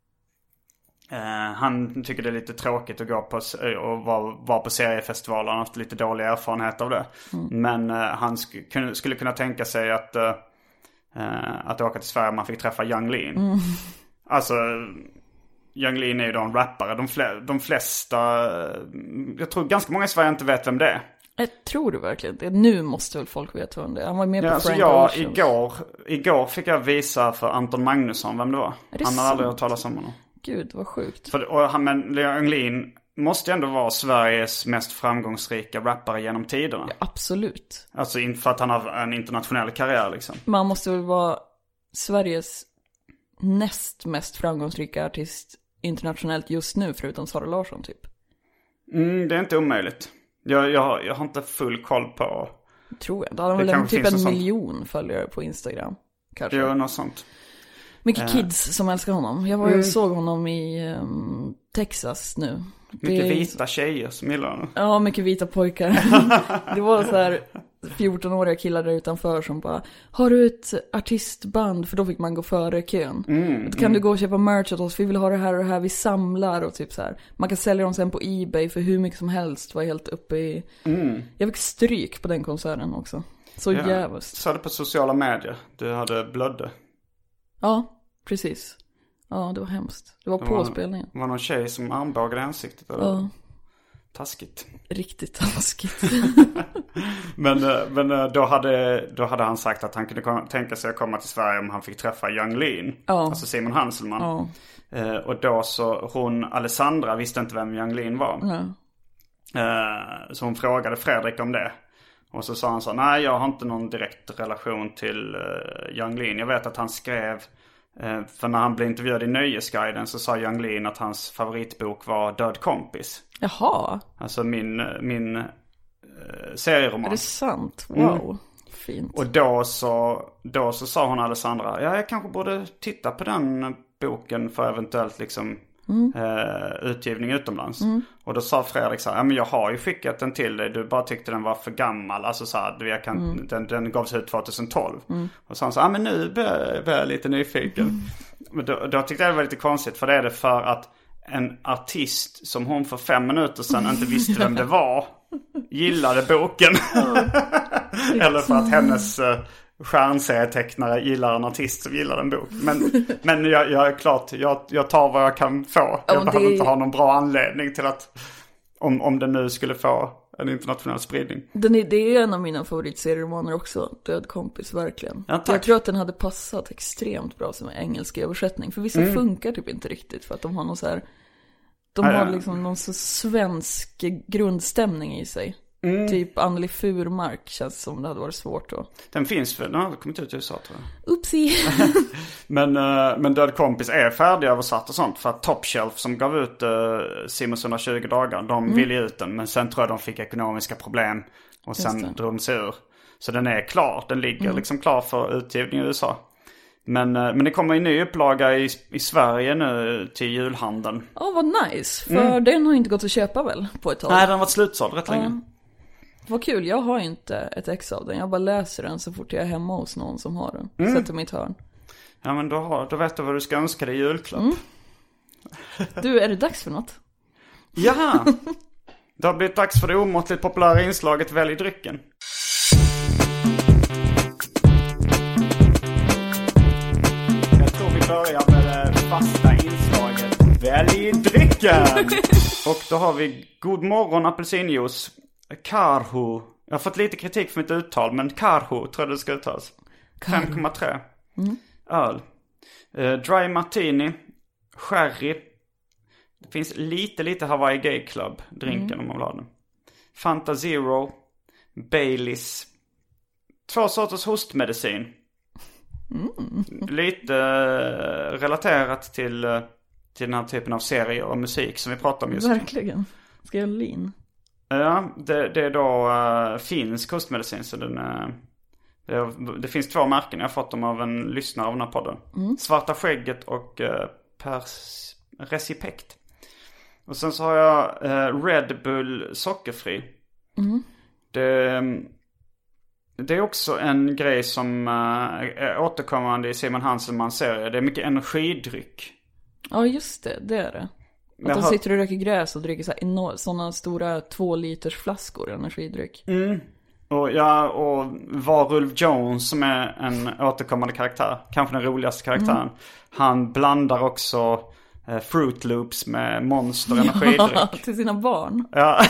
Speaker 6: Uh, han tycker det är lite tråkigt att gå på och vara, vara på seriefestivaler. Han har haft lite dålig erfarenhet av det. Mm. Men uh, han sk- kun, skulle kunna tänka sig att, uh, uh, att åka till Sverige om man fick träffa Yang Lin.
Speaker 8: Mm.
Speaker 6: Alltså, Yang Lin är ju då en rappare. De, fle- de flesta, jag tror ganska många i Sverige inte vet vem det är.
Speaker 8: Jag tror du verkligen det. Nu måste väl folk veta vem det är. Han var med
Speaker 6: ja,
Speaker 8: på
Speaker 6: alltså
Speaker 8: Frank
Speaker 6: jag,
Speaker 8: Oceans.
Speaker 6: igår, igår fick jag visa för Anton Magnusson vem det var.
Speaker 8: Är det
Speaker 6: han har
Speaker 8: sant?
Speaker 6: aldrig hört talas om honom.
Speaker 8: Gud, vad sjukt.
Speaker 6: För, och han, men Yang Lin måste ändå vara Sveriges mest framgångsrika rappare genom tiderna.
Speaker 8: Ja, absolut.
Speaker 6: Alltså inte för att han har en internationell karriär liksom.
Speaker 8: Man måste väl vara Sveriges näst mest framgångsrika artist internationellt just nu, förutom Sara Larsson typ.
Speaker 6: Mm, det är inte omöjligt. Jag, jag, jag har inte full koll på...
Speaker 8: Tror jag. Då har han väl en, typ en miljon sånt. Följare på Instagram. Kanske.
Speaker 6: Jo, något sånt.
Speaker 8: Mycket kids som älskar honom. Jag var ju mm. såg honom i um, Texas nu.
Speaker 6: Mycket
Speaker 8: det...
Speaker 6: vita tjejer som gillar honom.
Speaker 8: Ja, mycket vita pojkar. Det var så här fjorton-åriga killar där utanför som bara, har du ett artistband? För då fick man gå före kön.
Speaker 6: Mm,
Speaker 8: kan
Speaker 6: mm.
Speaker 8: du gå och köpa merch åt oss? Vi vill ha det här och det här. Vi samlar och typ så här. Man kan sälja dem sen på eBay för hur mycket som helst. Var helt uppe i...
Speaker 6: Mm.
Speaker 8: Jag fick stryk på den konserten också. Så
Speaker 6: ja.
Speaker 8: jävligt.
Speaker 6: Så det på sociala medier. Du hade blödde.
Speaker 8: Ja, precis. Ja, det var hemskt. Det var
Speaker 6: det
Speaker 8: påspelningen.
Speaker 6: Det var någon tjej som armbågade i ansiktet. Eller?
Speaker 8: Ja.
Speaker 6: Taskigt.
Speaker 8: Riktigt taskigt.
Speaker 6: men men då, hade, då hade han sagt att han kunde komma, tänka sig att komma till Sverige om han fick träffa Yang Lin.
Speaker 8: Ja.
Speaker 6: Alltså Simon Hanselman.
Speaker 8: Ja.
Speaker 6: Eh, och då så, hon, Alessandra, visste inte vem Yang Lin var.
Speaker 8: Ja.
Speaker 6: Eh, så hon frågade Fredrik om det. Och så sa han så, nej jag har inte någon direkt relation till uh, Yung Lean. Jag vet att han skrev, uh, för när han blev intervjuad i Nöjesguiden så sa Yung Lean att hans favoritbok var Död kompis.
Speaker 8: Jaha.
Speaker 6: Alltså min, min uh, serieroman.
Speaker 8: Är det sant? Wow.
Speaker 6: Mm.
Speaker 8: Fint.
Speaker 6: Och då så, då så sa hon Alessandra, ja jag kanske borde titta på den boken för eventuellt liksom mm. eh, utgivning utomlands. Mm. Och då sa Fredrik så här, ja men jag har ju skickat den till dig, du bara tyckte den var för gammal. Alltså så här, jag kan, mm. den, den gavs ut tjugohundratolv. Mm. Och så sa han så ja men nu blir jag lite nyfiken. Mm. Men då, då tyckte jag det var lite konstigt, för det är det för att en artist som hon för fem minuter sedan inte visste vem det var gillade boken. Eller för att hennes uh, stjärnserietecknare gillar en artist som gillar en bok. Men, men jag, jag är klart, jag, jag tar vad jag kan få. Jag ja, behöver det... inte ha någon bra anledning till att, om, om den nu skulle få en internationell spridning.
Speaker 8: Den är, det är en av mina favoritserieromaner också, Död kompis, verkligen.
Speaker 6: Ja,
Speaker 8: jag tror att den hade passat extremt bra som en engelsk översättning. För vissa mm. funkar typ inte riktigt för att de har någon så här, de har liksom någon så svensk grundstämning i sig. Mm. Typ Anneli Furmark känns som det hade varit svårt då.
Speaker 6: Den finns för den har kommit ut i U S A tror jag.
Speaker 8: Oopsie.
Speaker 6: men, uh, men Död kompis är färdigöversatt och sånt. För att Top Shelf som gav ut uh, Simons hundratjugo dagar, de mm. ville ut den. Men sen tror jag de fick ekonomiska problem. Och sen drog de sig ur. Så den är klar, den ligger mm. liksom klar för utgivning i U S A. Men, uh, men det kommer en ny upplaga i, i Sverige nu till julhandeln.
Speaker 8: Ja, oh, vad nice. För mm. den har inte gått att köpa väl på ett tag.
Speaker 6: Nej, den har varit slutsåld rätt uh. länge.
Speaker 8: Vad kul, jag har ju inte ett ex av den. Jag bara läser den så fort jag är hemma hos någon som har den. Mm. Sätter mitt hörn.
Speaker 6: Ja men då, har, då vet du vad du ska önska dig i julklapp. Mm.
Speaker 8: Du, är det dags för något?
Speaker 6: Jaha. Det har blivit dags för det omåttligt populära inslaget Välj drycken. Jag tror vi börjar med det fasta inslaget Välj drycken. Och då har vi God morgon apelsinjuice. Karhu. Jag har fått lite kritik för mitt uttal, men Karhu tror jag det ska uttalas. fem komma tre. Mm. Öl. Uh, dry martini. Sherry. Det finns lite, lite Hawaii Gay Club. Drinken mm. om man vill ha den. Fanta Zero. Baileys. Två sorters hostmedicin. Mm. Lite uh, relaterat till, uh, till den här typen av serier och musik som vi pratar om just nu.
Speaker 8: Verkligen. Ska jag lin?
Speaker 6: Ja, det, det är då uh, finsk kostmedicin. Så den, uh, det, det finns två märken. Jag har fått dem av en lyssnare av den här podden. Mm. Svarta skägget och uh, pers, Recipekt. Och sen så har jag uh, Red Bull sockerfri. Mm. Det, det är också en grej som uh, är återkommande i Simon Hanselmans serie. Det är mycket energidryck.
Speaker 8: Ja, just det. Det är det. Att de har... sitter och röker gräs och dricker så här enorm, sådana stora två liters flaskor energidryck.
Speaker 6: Mm. Och ja, och Varulv Jones som är en återkommande karaktär, kanske den roligaste karaktären. Mm. Han blandar också eh, Fruit Loops med Monster energidryck.
Speaker 8: Ja, till sina barn.
Speaker 6: Ja.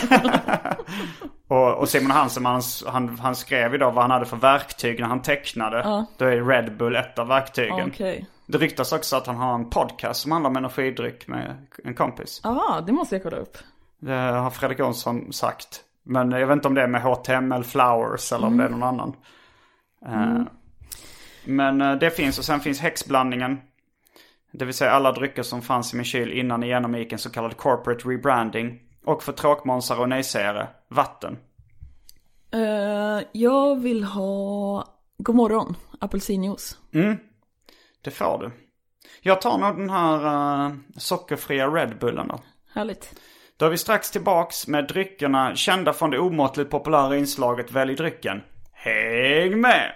Speaker 6: och, och Simon Hansen, han, han, han skrev ju då vad han hade för verktyg när han tecknade. Ja. Då är Red Bull ett av verktygen.
Speaker 8: Okej. Okay.
Speaker 6: Det ryktas också att han har en podcast som handlar om energidryck med en kompis.
Speaker 8: Ja, det måste jag kolla upp.
Speaker 6: Det har Fredrik Jonsson sagt. Men jag vet inte om det är med H T M L Flowers eller mm. om det är någon annan. Mm. Uh, men uh, det finns, och sen finns häxblandningen. Det vill säga alla drycker som fanns i min kyl innan ni genomgick en så kallad corporate rebranding. Och för tråkmånsare och nejsägare, vatten.
Speaker 8: Uh, jag vill ha god morgon, apelsinjuice.
Speaker 6: Mm. Det får du. Jag tar nog den här uh, sockerfria Red Bullen då.
Speaker 8: Härligt.
Speaker 6: Då är vi strax tillbaks med dryckerna kända från det omåttligt populära inslaget Välj drycken. Häng med!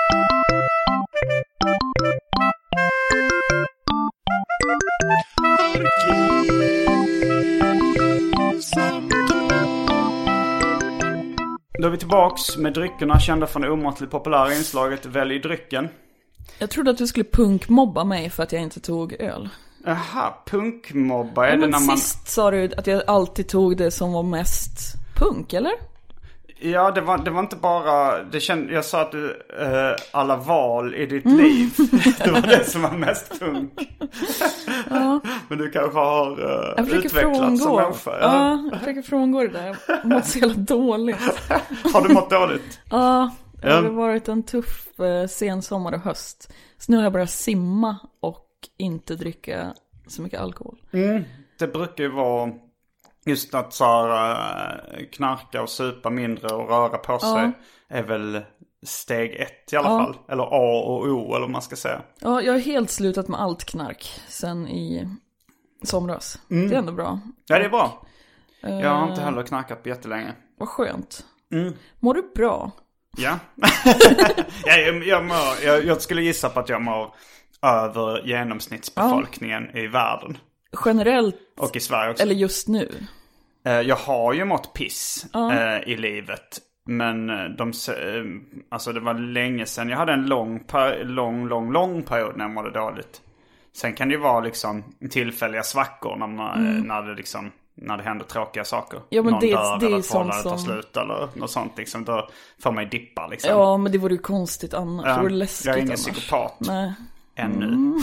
Speaker 6: Då är vi tillbaks med dryckerna kända från det omåttligt populära inslaget Välj drycken.
Speaker 8: Jag trodde att du skulle punkmobba mig för att jag inte tog öl.
Speaker 6: Aha, punkmobba. Är
Speaker 8: ja,
Speaker 6: det
Speaker 8: men
Speaker 6: när man...
Speaker 8: sist sa du att jag alltid tog det som var mest punk, eller?
Speaker 6: Ja, det var, det var inte bara... Det känd, jag sa att du... Uh, alla val i ditt mm. liv. Det var det som var mest punk.
Speaker 8: Ja,
Speaker 6: Men du kanske har uh,
Speaker 8: jag
Speaker 6: utvecklats
Speaker 8: frångå.
Speaker 6: som människa. Ja.
Speaker 8: ja, jag försöker frångå det där. Jag mått så jävla dåligt.
Speaker 6: Har du mått dåligt?
Speaker 8: Ja, det har varit en tuff uh, sen sommar och höst. Så nu har jag börjat simma och inte dricka så mycket alkohol.
Speaker 6: Mm. Det brukar ju vara just att så här, uh, knarka och supa mindre och röra på sig ja. är väl steg ett i alla ja. fall. Eller A och O eller vad man ska säga.
Speaker 8: Ja, jag har helt slutat med allt knark sen i somras. Mm. Det är ändå bra.
Speaker 6: Ja, det är bra. Jag har inte heller knarkat på jättelänge.
Speaker 8: Vad skönt.
Speaker 6: Mm.
Speaker 8: Mår du bra?
Speaker 6: Ja. jag, jag, mår, jag, jag skulle gissa på att jag mår över genomsnittsbefolkningen ja. i världen.
Speaker 8: Generellt?
Speaker 6: Och i Sverige också.
Speaker 8: Eller just nu?
Speaker 6: Jag har ju mått piss
Speaker 8: ja.
Speaker 6: i livet. Men de, alltså det var länge sedan. Jag hade en lång, lång, lång, lång period när jag mådde dåligt. Sen kan det ju vara liksom tillfälliga svackor när, man, mm. när det liksom... När det händer tråkiga saker.
Speaker 8: Ja, men
Speaker 6: någon
Speaker 8: det,
Speaker 6: dör
Speaker 8: det
Speaker 6: eller
Speaker 8: är sånt
Speaker 6: som... tar slut eller något sånt liksom. Då får man ju dippa liksom.
Speaker 8: Ja, men det vore ju konstigt annars. Ja, det vore läskigt
Speaker 6: jag är ingen
Speaker 8: annars.
Speaker 6: psykopat.
Speaker 8: Nej.
Speaker 6: Ännu.
Speaker 8: Mm.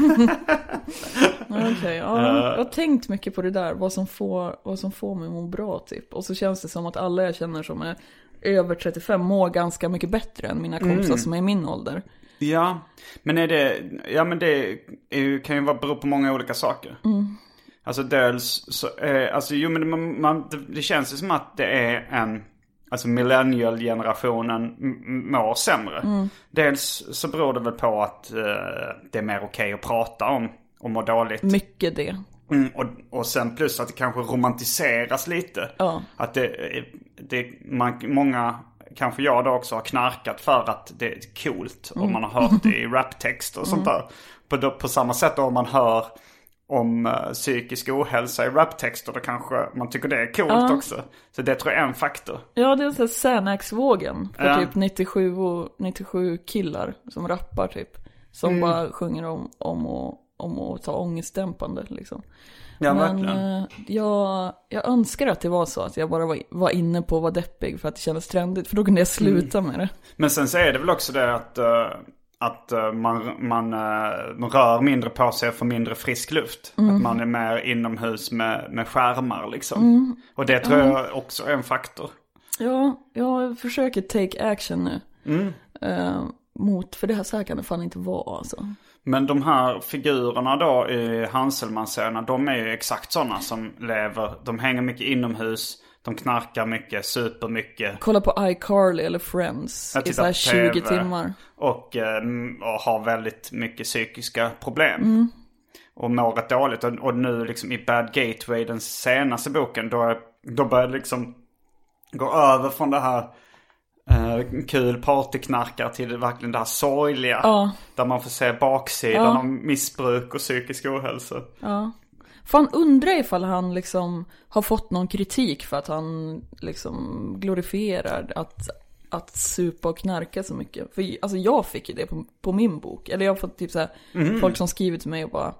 Speaker 8: Okej, okay, ja. Uh, jag har tänkt mycket på det där. Vad som får, vad som får mig må bra typ. Och så känns det som att alla jag känner som är över trettiofem mår ganska mycket bättre än mina kompisar mm. som är i min ålder.
Speaker 6: Ja, men är det... Ja, men det är, kan ju vara bero på många olika saker.
Speaker 8: Mm.
Speaker 6: Alltså dels så eh, alltså jo men man, man, det, det känns ju som att det är en alltså millennial-generationen m- mår sämre.
Speaker 8: Mm.
Speaker 6: Dels så beror det väl på att eh, det är mer okej okay att prata om och må dåligt.
Speaker 8: Mycket det.
Speaker 6: Mm, och, och sen plus att det kanske romantiseras lite.
Speaker 8: Ja.
Speaker 6: Att det, det man, många, kanske jag då också har knarkat för att det är coolt. Mm. Och man har hört det i raptext och sånt där. På, då, på samma sätt om man hör om uh, psykisk ohälsa i raptexter, då kanske man tycker det är coolt ja. också. Så det tror jag är en faktor.
Speaker 8: Ja, det är så Xanax-vågen för
Speaker 6: ja.
Speaker 8: typ nittiosju, och, nittiosju killar som rappar typ. Som mm. bara sjunger om, om, att, om att ta ångestdämpande liksom.
Speaker 6: Ja,
Speaker 8: men uh, jag, jag önskar att det var så att jag bara var, var inne på att vara deppig för att det kändes trendigt. För då kunde jag sluta mm. med det.
Speaker 6: Men sen så är det väl också det att... Uh... Att uh, man, man, uh, man rör mindre på sig för mindre frisk luft. Mm. Att man är mer inomhus med, med skärmar liksom. Mm. Och det tror mm. jag också är en faktor.
Speaker 8: Ja, jag försöker take action nu.
Speaker 6: Mm.
Speaker 8: Uh, mot, för det här så här kan det fan inte vara alltså.
Speaker 6: Men de här figurerna då i Hanselmann-serierna, de är ju exakt sådana som lever. De hänger mycket inomhus. De knarkar mycket, super mycket.
Speaker 8: Kolla på iCarly eller Friends i så här tjugo timmar.
Speaker 6: Och, och har väldigt mycket psykiska problem.
Speaker 8: Mm.
Speaker 6: Och mår rätt dåligt. Och, och nu liksom i Bad Gateway, den senaste boken, då, då börjar det liksom gå över från det här eh, kul partyknarkar till det, verkligen det här sorgliga.
Speaker 8: Ja.
Speaker 6: Där man får se baksidan ja. av missbruk och psykisk ohälsa.
Speaker 8: Ja. Fan, undrar ifall han liksom har fått någon kritik för att han liksom glorifierar att, att supa och knarka så mycket. För alltså jag fick ju det på, på min bok. Eller jag har fått typ så här, mm. folk som skrivit till mig och bara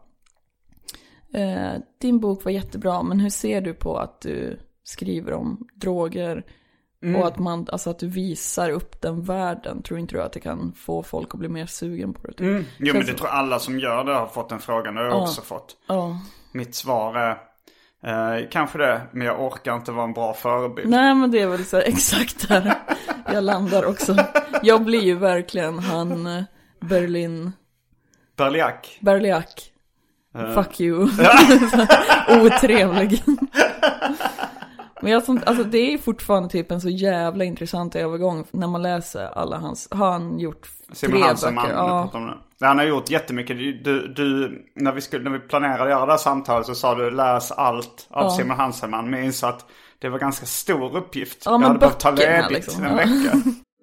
Speaker 8: eh, din bok var jättebra, men hur ser du på att du skriver om droger mm. och att man, alltså att du visar upp den världen? Tror inte du att det kan få folk att bli mer sugen på det? Typ?
Speaker 6: Mm. Jo, så men det så... tror alla som gör det har fått den frågan. Det har jag
Speaker 8: ja.
Speaker 6: också fått.
Speaker 8: Ja.
Speaker 6: Mitt svar är eh, kanske det, men jag orkar inte vara en bra förebild.
Speaker 8: Nej, men det är väl så här, exakt där jag landar också. Jag blir ju verkligen han eh, Berlin
Speaker 6: Berliak
Speaker 8: Berliak
Speaker 6: uh.
Speaker 8: Fuck you. Otrevlig. Men jag, alltså det är fortfarande typ en så jävla intressant övergång när man läser alla hans, har han gjort
Speaker 6: Simon
Speaker 8: tre
Speaker 6: Hansen,
Speaker 8: böcker?
Speaker 6: Man, ja. Ja, han har gjort jättemycket. Du, du, när, vi skulle, när vi planerade att göra det här samtalet så sa du läs allt av ja. Simon Hanselmann. Men jag insåg att det var ganska stor uppgift.
Speaker 8: Ja,
Speaker 6: jag
Speaker 8: men
Speaker 6: hade behövt ta ledigt
Speaker 8: liksom.
Speaker 6: en
Speaker 8: Ja.
Speaker 6: vecka.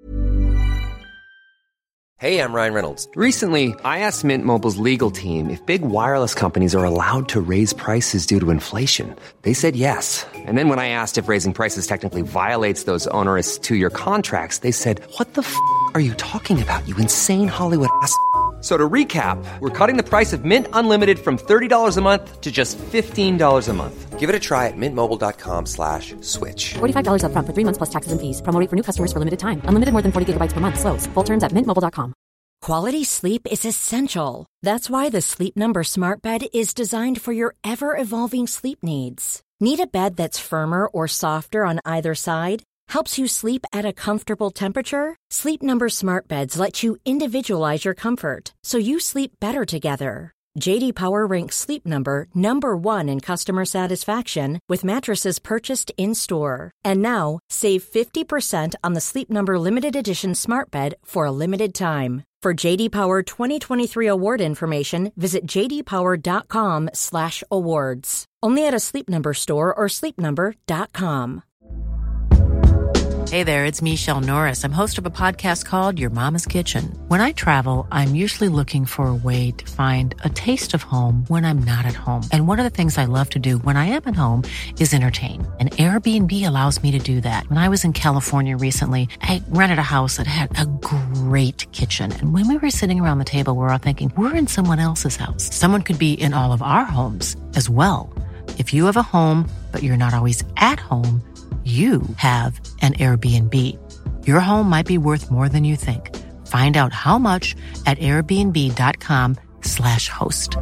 Speaker 5: Hey, I'm Ryan Reynolds. Recently, I asked Mint Mobile's legal team if big wireless companies are allowed to raise prices due to inflation. They said yes. And then when I asked if raising prices technically violates those onerous two-year contracts, they said, what the f*** are you talking about, you insane Hollywood ass f- So to recap, we're cutting the price of Mint Unlimited from thirty dollars a month to just fifteen dollars a month. Give it a try at mintmobile.com slash switch.
Speaker 7: forty-five dollars up front for three months plus taxes and fees. Promo rate for new customers for limited time. Unlimited more than forty gigabytes per month. Slows full terms at mint mobile dot com.
Speaker 1: Quality sleep is essential. That's why the Sleep Number Smart Bed is designed for your ever-evolving sleep needs. Need a bed that's firmer or softer on either side? Helps you sleep at a comfortable temperature? Sleep Number Smart Beds let you individualize your comfort, so you sleep better together. J D Power ranks Sleep Number number one in customer satisfaction with mattresses purchased in-store. And now, save fifty percent on the Sleep Number Limited Edition Smart Bed for a limited time. For J D Power twenty twenty-three award information, visit j d power dot com slash awards. Only at a Sleep Number store or sleep number dot com.
Speaker 2: Hey there, it's Michelle Norris. I'm host of a podcast called Your Mama's Kitchen. When I travel, I'm usually looking for a way to find a taste of home when I'm not at home. And one of the things I love to do when I am at home is entertain. And Airbnb allows me to do that. When I was in California recently, I rented a house that had a great kitchen. And when we were sitting around the table, we were all thinking, we're in someone else's house. Someone could be in all of our homes as well. If you have a home, but you're not always at home, you have an Airbnb. Your home might be worth more than you think. Find out how much at airbnb dot com slash host.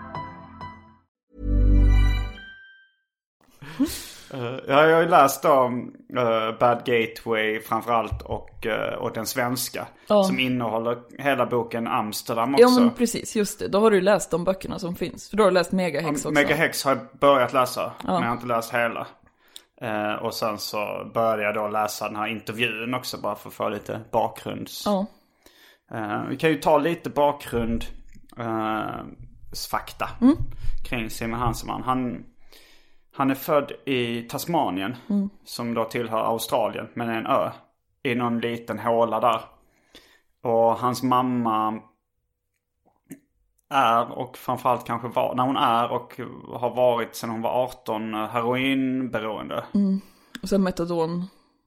Speaker 6: Uh, jag har ju läst om uh, Bad Gateway framförallt och, uh, och den svenska. Ja. Som innehåller hela boken Amsterdam också.
Speaker 8: Ja men precis, just det. Då har du läst de böckerna som finns. För då har du läst Megahex också.
Speaker 6: Megahex har jag börjat läsa, ja. Men jag har inte läst hela. Uh, och sen så började jag då läsa den här intervjun också, bara för att få lite bakgrunds.
Speaker 8: Ja.
Speaker 6: Uh, vi kan ju ta lite bakgrund uh, fakta
Speaker 8: mm.
Speaker 6: kring Simon Hansemann. Han, han är född i Tasmanien,
Speaker 8: mm.
Speaker 6: som då tillhör Australien, men är en ö i någon liten håla där. Och hans mamma är, och framförallt kanske var, när hon är och har varit sedan hon var arton, heroinberoende.
Speaker 8: Mm. Och sen metadon.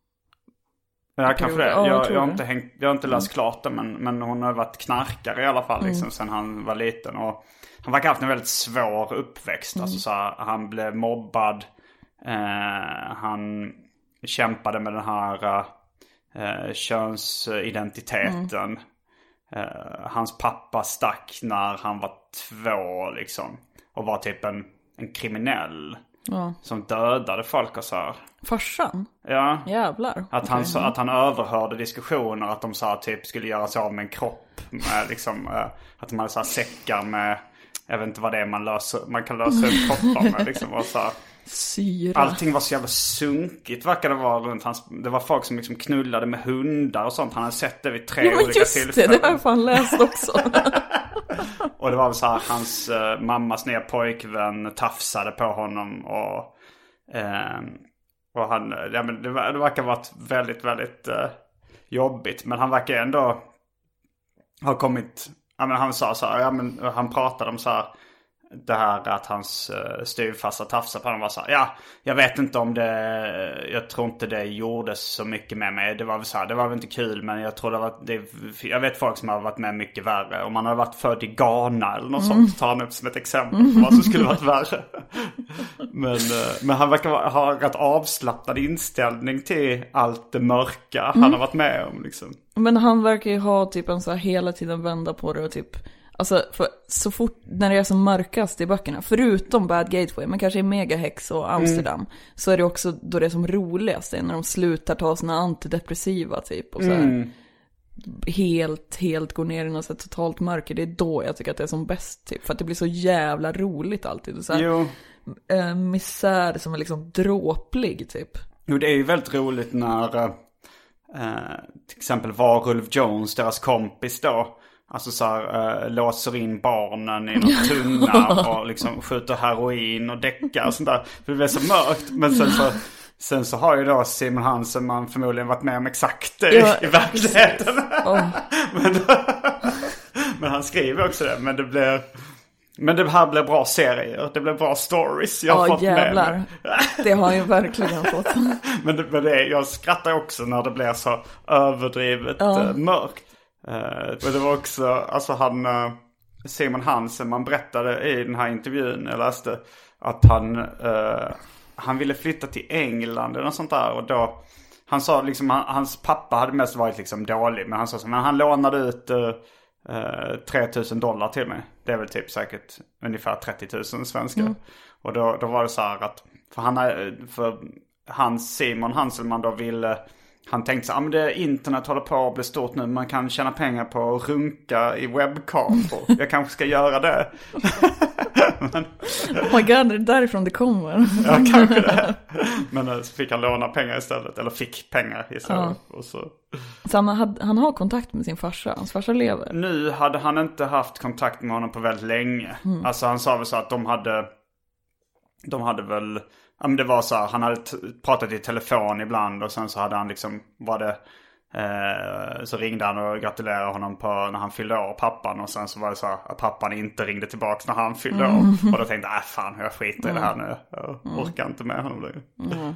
Speaker 6: Ja, kanske det.
Speaker 8: Ja, jag,
Speaker 6: jag, jag, har inte hängt, jag har inte läst mm. klart det, men, men hon har varit knarkare i alla fall liksom, mm. sedan han var liten. Och han verkar ha haft en väldigt svår uppväxt. Mm. Alltså, så här, han blev mobbad. Eh, han kämpade med den här eh, könsidentiteten. Mm. Uh, hans pappa stack när han var två liksom. Och var typ en, en kriminell.
Speaker 8: Ja. Som
Speaker 6: dödade folk och så här.
Speaker 8: Farsan?
Speaker 6: Ja.
Speaker 8: Jävlar.
Speaker 6: Att, okay. han, att han överhörde diskussioner. Att de sa typ skulle göra sig av med en kropp. Med, liksom, uh, att de hade så här säckar med, jag vet inte vad det är man löser. Man kan lösa upp kroppar med liksom. Och så här.
Speaker 8: Syra.
Speaker 6: Allting var så jävla sunkigt verkar det vara runt hans. Det var folk som liksom knullade med hundar och sånt. Han hade sett det vid tre
Speaker 8: ja,
Speaker 6: olika tillfällen.
Speaker 8: Ja det, det har jag fan läst också.
Speaker 6: Och det var väl så här, hans uh, mammas nya pojkvän tafsade på honom. Och, uh, och han, ja, men det, det verkar ha varit väldigt, väldigt uh, jobbigt. Men han verkar ändå ha kommit, ja men han sa så här, ja men han pratade om så här. Det här att hans uh, styvfarsa tafsade på honom var så här, ja, jag vet inte om det, jag tror inte det gjordes så mycket med mig. Det var väl så här, det var väl inte kul, men jag tror det var, det, jag vet folk som har varit med mycket värre. Om man har varit född i Ghana eller något mm. sånt, tar han upp som ett exempel på vad som skulle varit värre. men, uh, men han verkar ha rätt avslappnad inställning till allt det mörka mm. han har varit med om liksom.
Speaker 8: Men han verkar ju ha typ en så här hela tiden vända på det och typ. Alltså, för så fort när det är som mörkast i böckerna, förutom Bad Gateway, men kanske i Megahex och Amsterdam, mm. så är det också då det är som roligast, när de slutar ta sina antidepressiva typ och så här, mm. helt, helt går ner i något så här totalt mörker. Det är då jag tycker att det är som bäst typ, för att det blir så jävla roligt alltid. Och så här, äh, misär som är liksom dråplig typ.
Speaker 6: Jo, det är ju väldigt roligt när äh, till exempel Varulv Jones, deras kompis då, alltså så här, äh, låser in barnen i någon tunna och liksom skjuter heroin och däckar och sånt där. För det blir så mörkt. Men sen så, sen så har ju då Simon Hansemann förmodligen varit med om exakt det ja, i verkligheten. Oh. men, men han skriver också det. Men det blir, men det här blir bra serier. Det blir bra stories. Jag har oh, fått jävlar. Med mig.
Speaker 8: Det har jag verkligen fått.
Speaker 6: men det, men det är, jag skrattar också när det blir så överdrivet oh. äh, mörkt. Uh, men det var också, alltså han, uh, Simon Hansen, man berättade i den här intervjun jag läste att han, uh, han ville flytta till England eller något sånt där. Och då, han sa liksom, han, hans pappa hade mest varit liksom dålig, men han sa så, men han lånade ut uh, eh, tre tusen dollar till mig. Det är väl typ säkert ungefär trettio tusen svenskar. Mm. Och då, då var det så här att, för han, för Hans Simon Hanselman då ville, han tänkte så här, ah, men det internet håller på att bli stort nu. Man kan tjäna pengar på att runka i webbkameror. Jag kanske ska göra det. Men,
Speaker 8: oh my god, det är därifrån det kommer.
Speaker 6: Ja, kanske det. Men så fick han låna pengar istället. Eller fick pengar istället. Ja. Och så.
Speaker 8: Så han, hade, han har kontakt med sin farsa. Hans farsa lever.
Speaker 6: Nu hade han inte haft kontakt med honom på väldigt länge. Mm. Alltså han sa väl så att de hade, de hade väl, ja men det var så här, han hade t- pratat i telefon ibland. Och sen så hade han liksom, var det, eh, så ringde han och gratulerade honom på när han fyllde år, pappan. Och sen så var det så här, att pappan inte ringde tillbaka när han fyllde mm. år. Och då tänkte jag, äh fan, jag skiter mm. i det här nu. Jag mm. orkar inte med honom längre. Mm.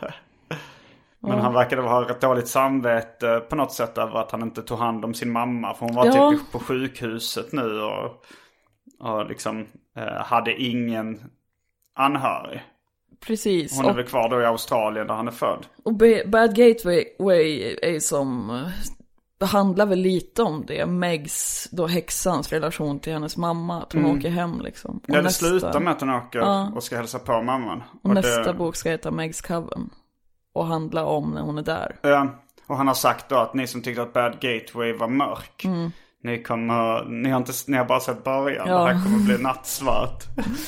Speaker 6: Men mm. han verkade ha ett dåligt samvete på något sätt över att han inte tog hand om sin mamma. För hon var ja. typ på sjukhuset nu och, och liksom eh, hade ingen anhörig.
Speaker 8: Precis.
Speaker 6: Hon är och, väl kvar då i Australien där han är född.
Speaker 8: Och Bad Gateway är som behandlar väl lite om det. Megs, då häxans relation till hennes mamma. Att hon mm. åker hem liksom. Och
Speaker 6: ja, det nästa, slutar med att hon åker ja. och ska hälsa på mamman.
Speaker 8: Och, och nästa det, bok ska heta Megs Coven. Och handla om när hon är där.
Speaker 6: Ja, och han har sagt då att ni som tyckte att Bad Gateway var mörk. Mm. Ni kommer, ni har, inte, ni har bara sett början. Ja. Det här kommer bli nattsvart.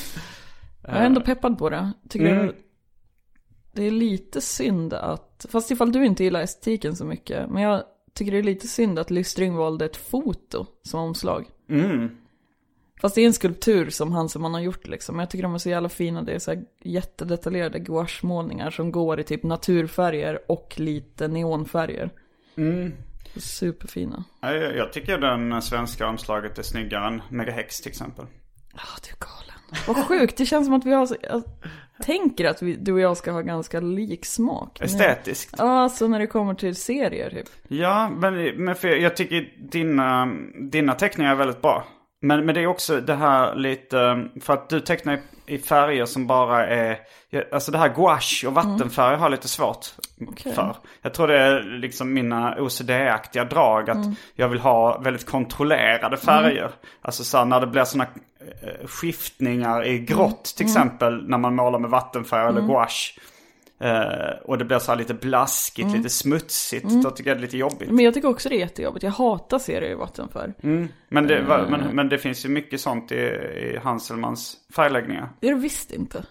Speaker 8: Jag är ändå peppad på det. Tycker mm. du, det är lite synd att, fast ifall du inte gillar estetiken så mycket. Men jag tycker det är lite synd att Lystring valde ett foto som omslag. Mm. Fast det är en skulptur som han som man har gjort liksom. Men jag tycker de är så jävla fina. Det är så här jättedetaljerade gouache-målningar som går i typ naturfärger och lite neonfärger. Mm. Superfina.
Speaker 6: Jag, jag tycker den svenska omslaget är snyggare än Megahex till exempel.
Speaker 8: Ja, oh, du är galen. Vad sjukt, det känns som att vi har så, jag tänker att vi, du och jag ska ha ganska lik smak.
Speaker 6: Estetiskt.
Speaker 8: Ja, alltså när det kommer till serier typ.
Speaker 6: Ja, men, men för jag tycker dina, dina teckningar är väldigt bra. Men, men det är också det här lite, för att du tecknar i färger som bara är, alltså det här gouache och vattenfärger mm. har lite svårt okay. för. Jag tror det är liksom mina O C D-aktiga drag att mm. jag vill ha väldigt kontrollerade färger. Mm. Alltså så här, när det blir sådana eh, skiftningar i grått till mm. exempel när man målar med vattenfärg mm. eller gouache. Uh, och det blir så här lite blaskigt, mm. lite smutsigt. Mm. Då tycker jag det är lite jobbigt.
Speaker 8: Men jag tycker också det är jättejobbigt. Jag hatar serier i vattenfärg.
Speaker 6: Mm. Men, det, uh. men, men det finns ju mycket sånt i, i Hanselmans färgläggningar.
Speaker 8: Det är det visst inte.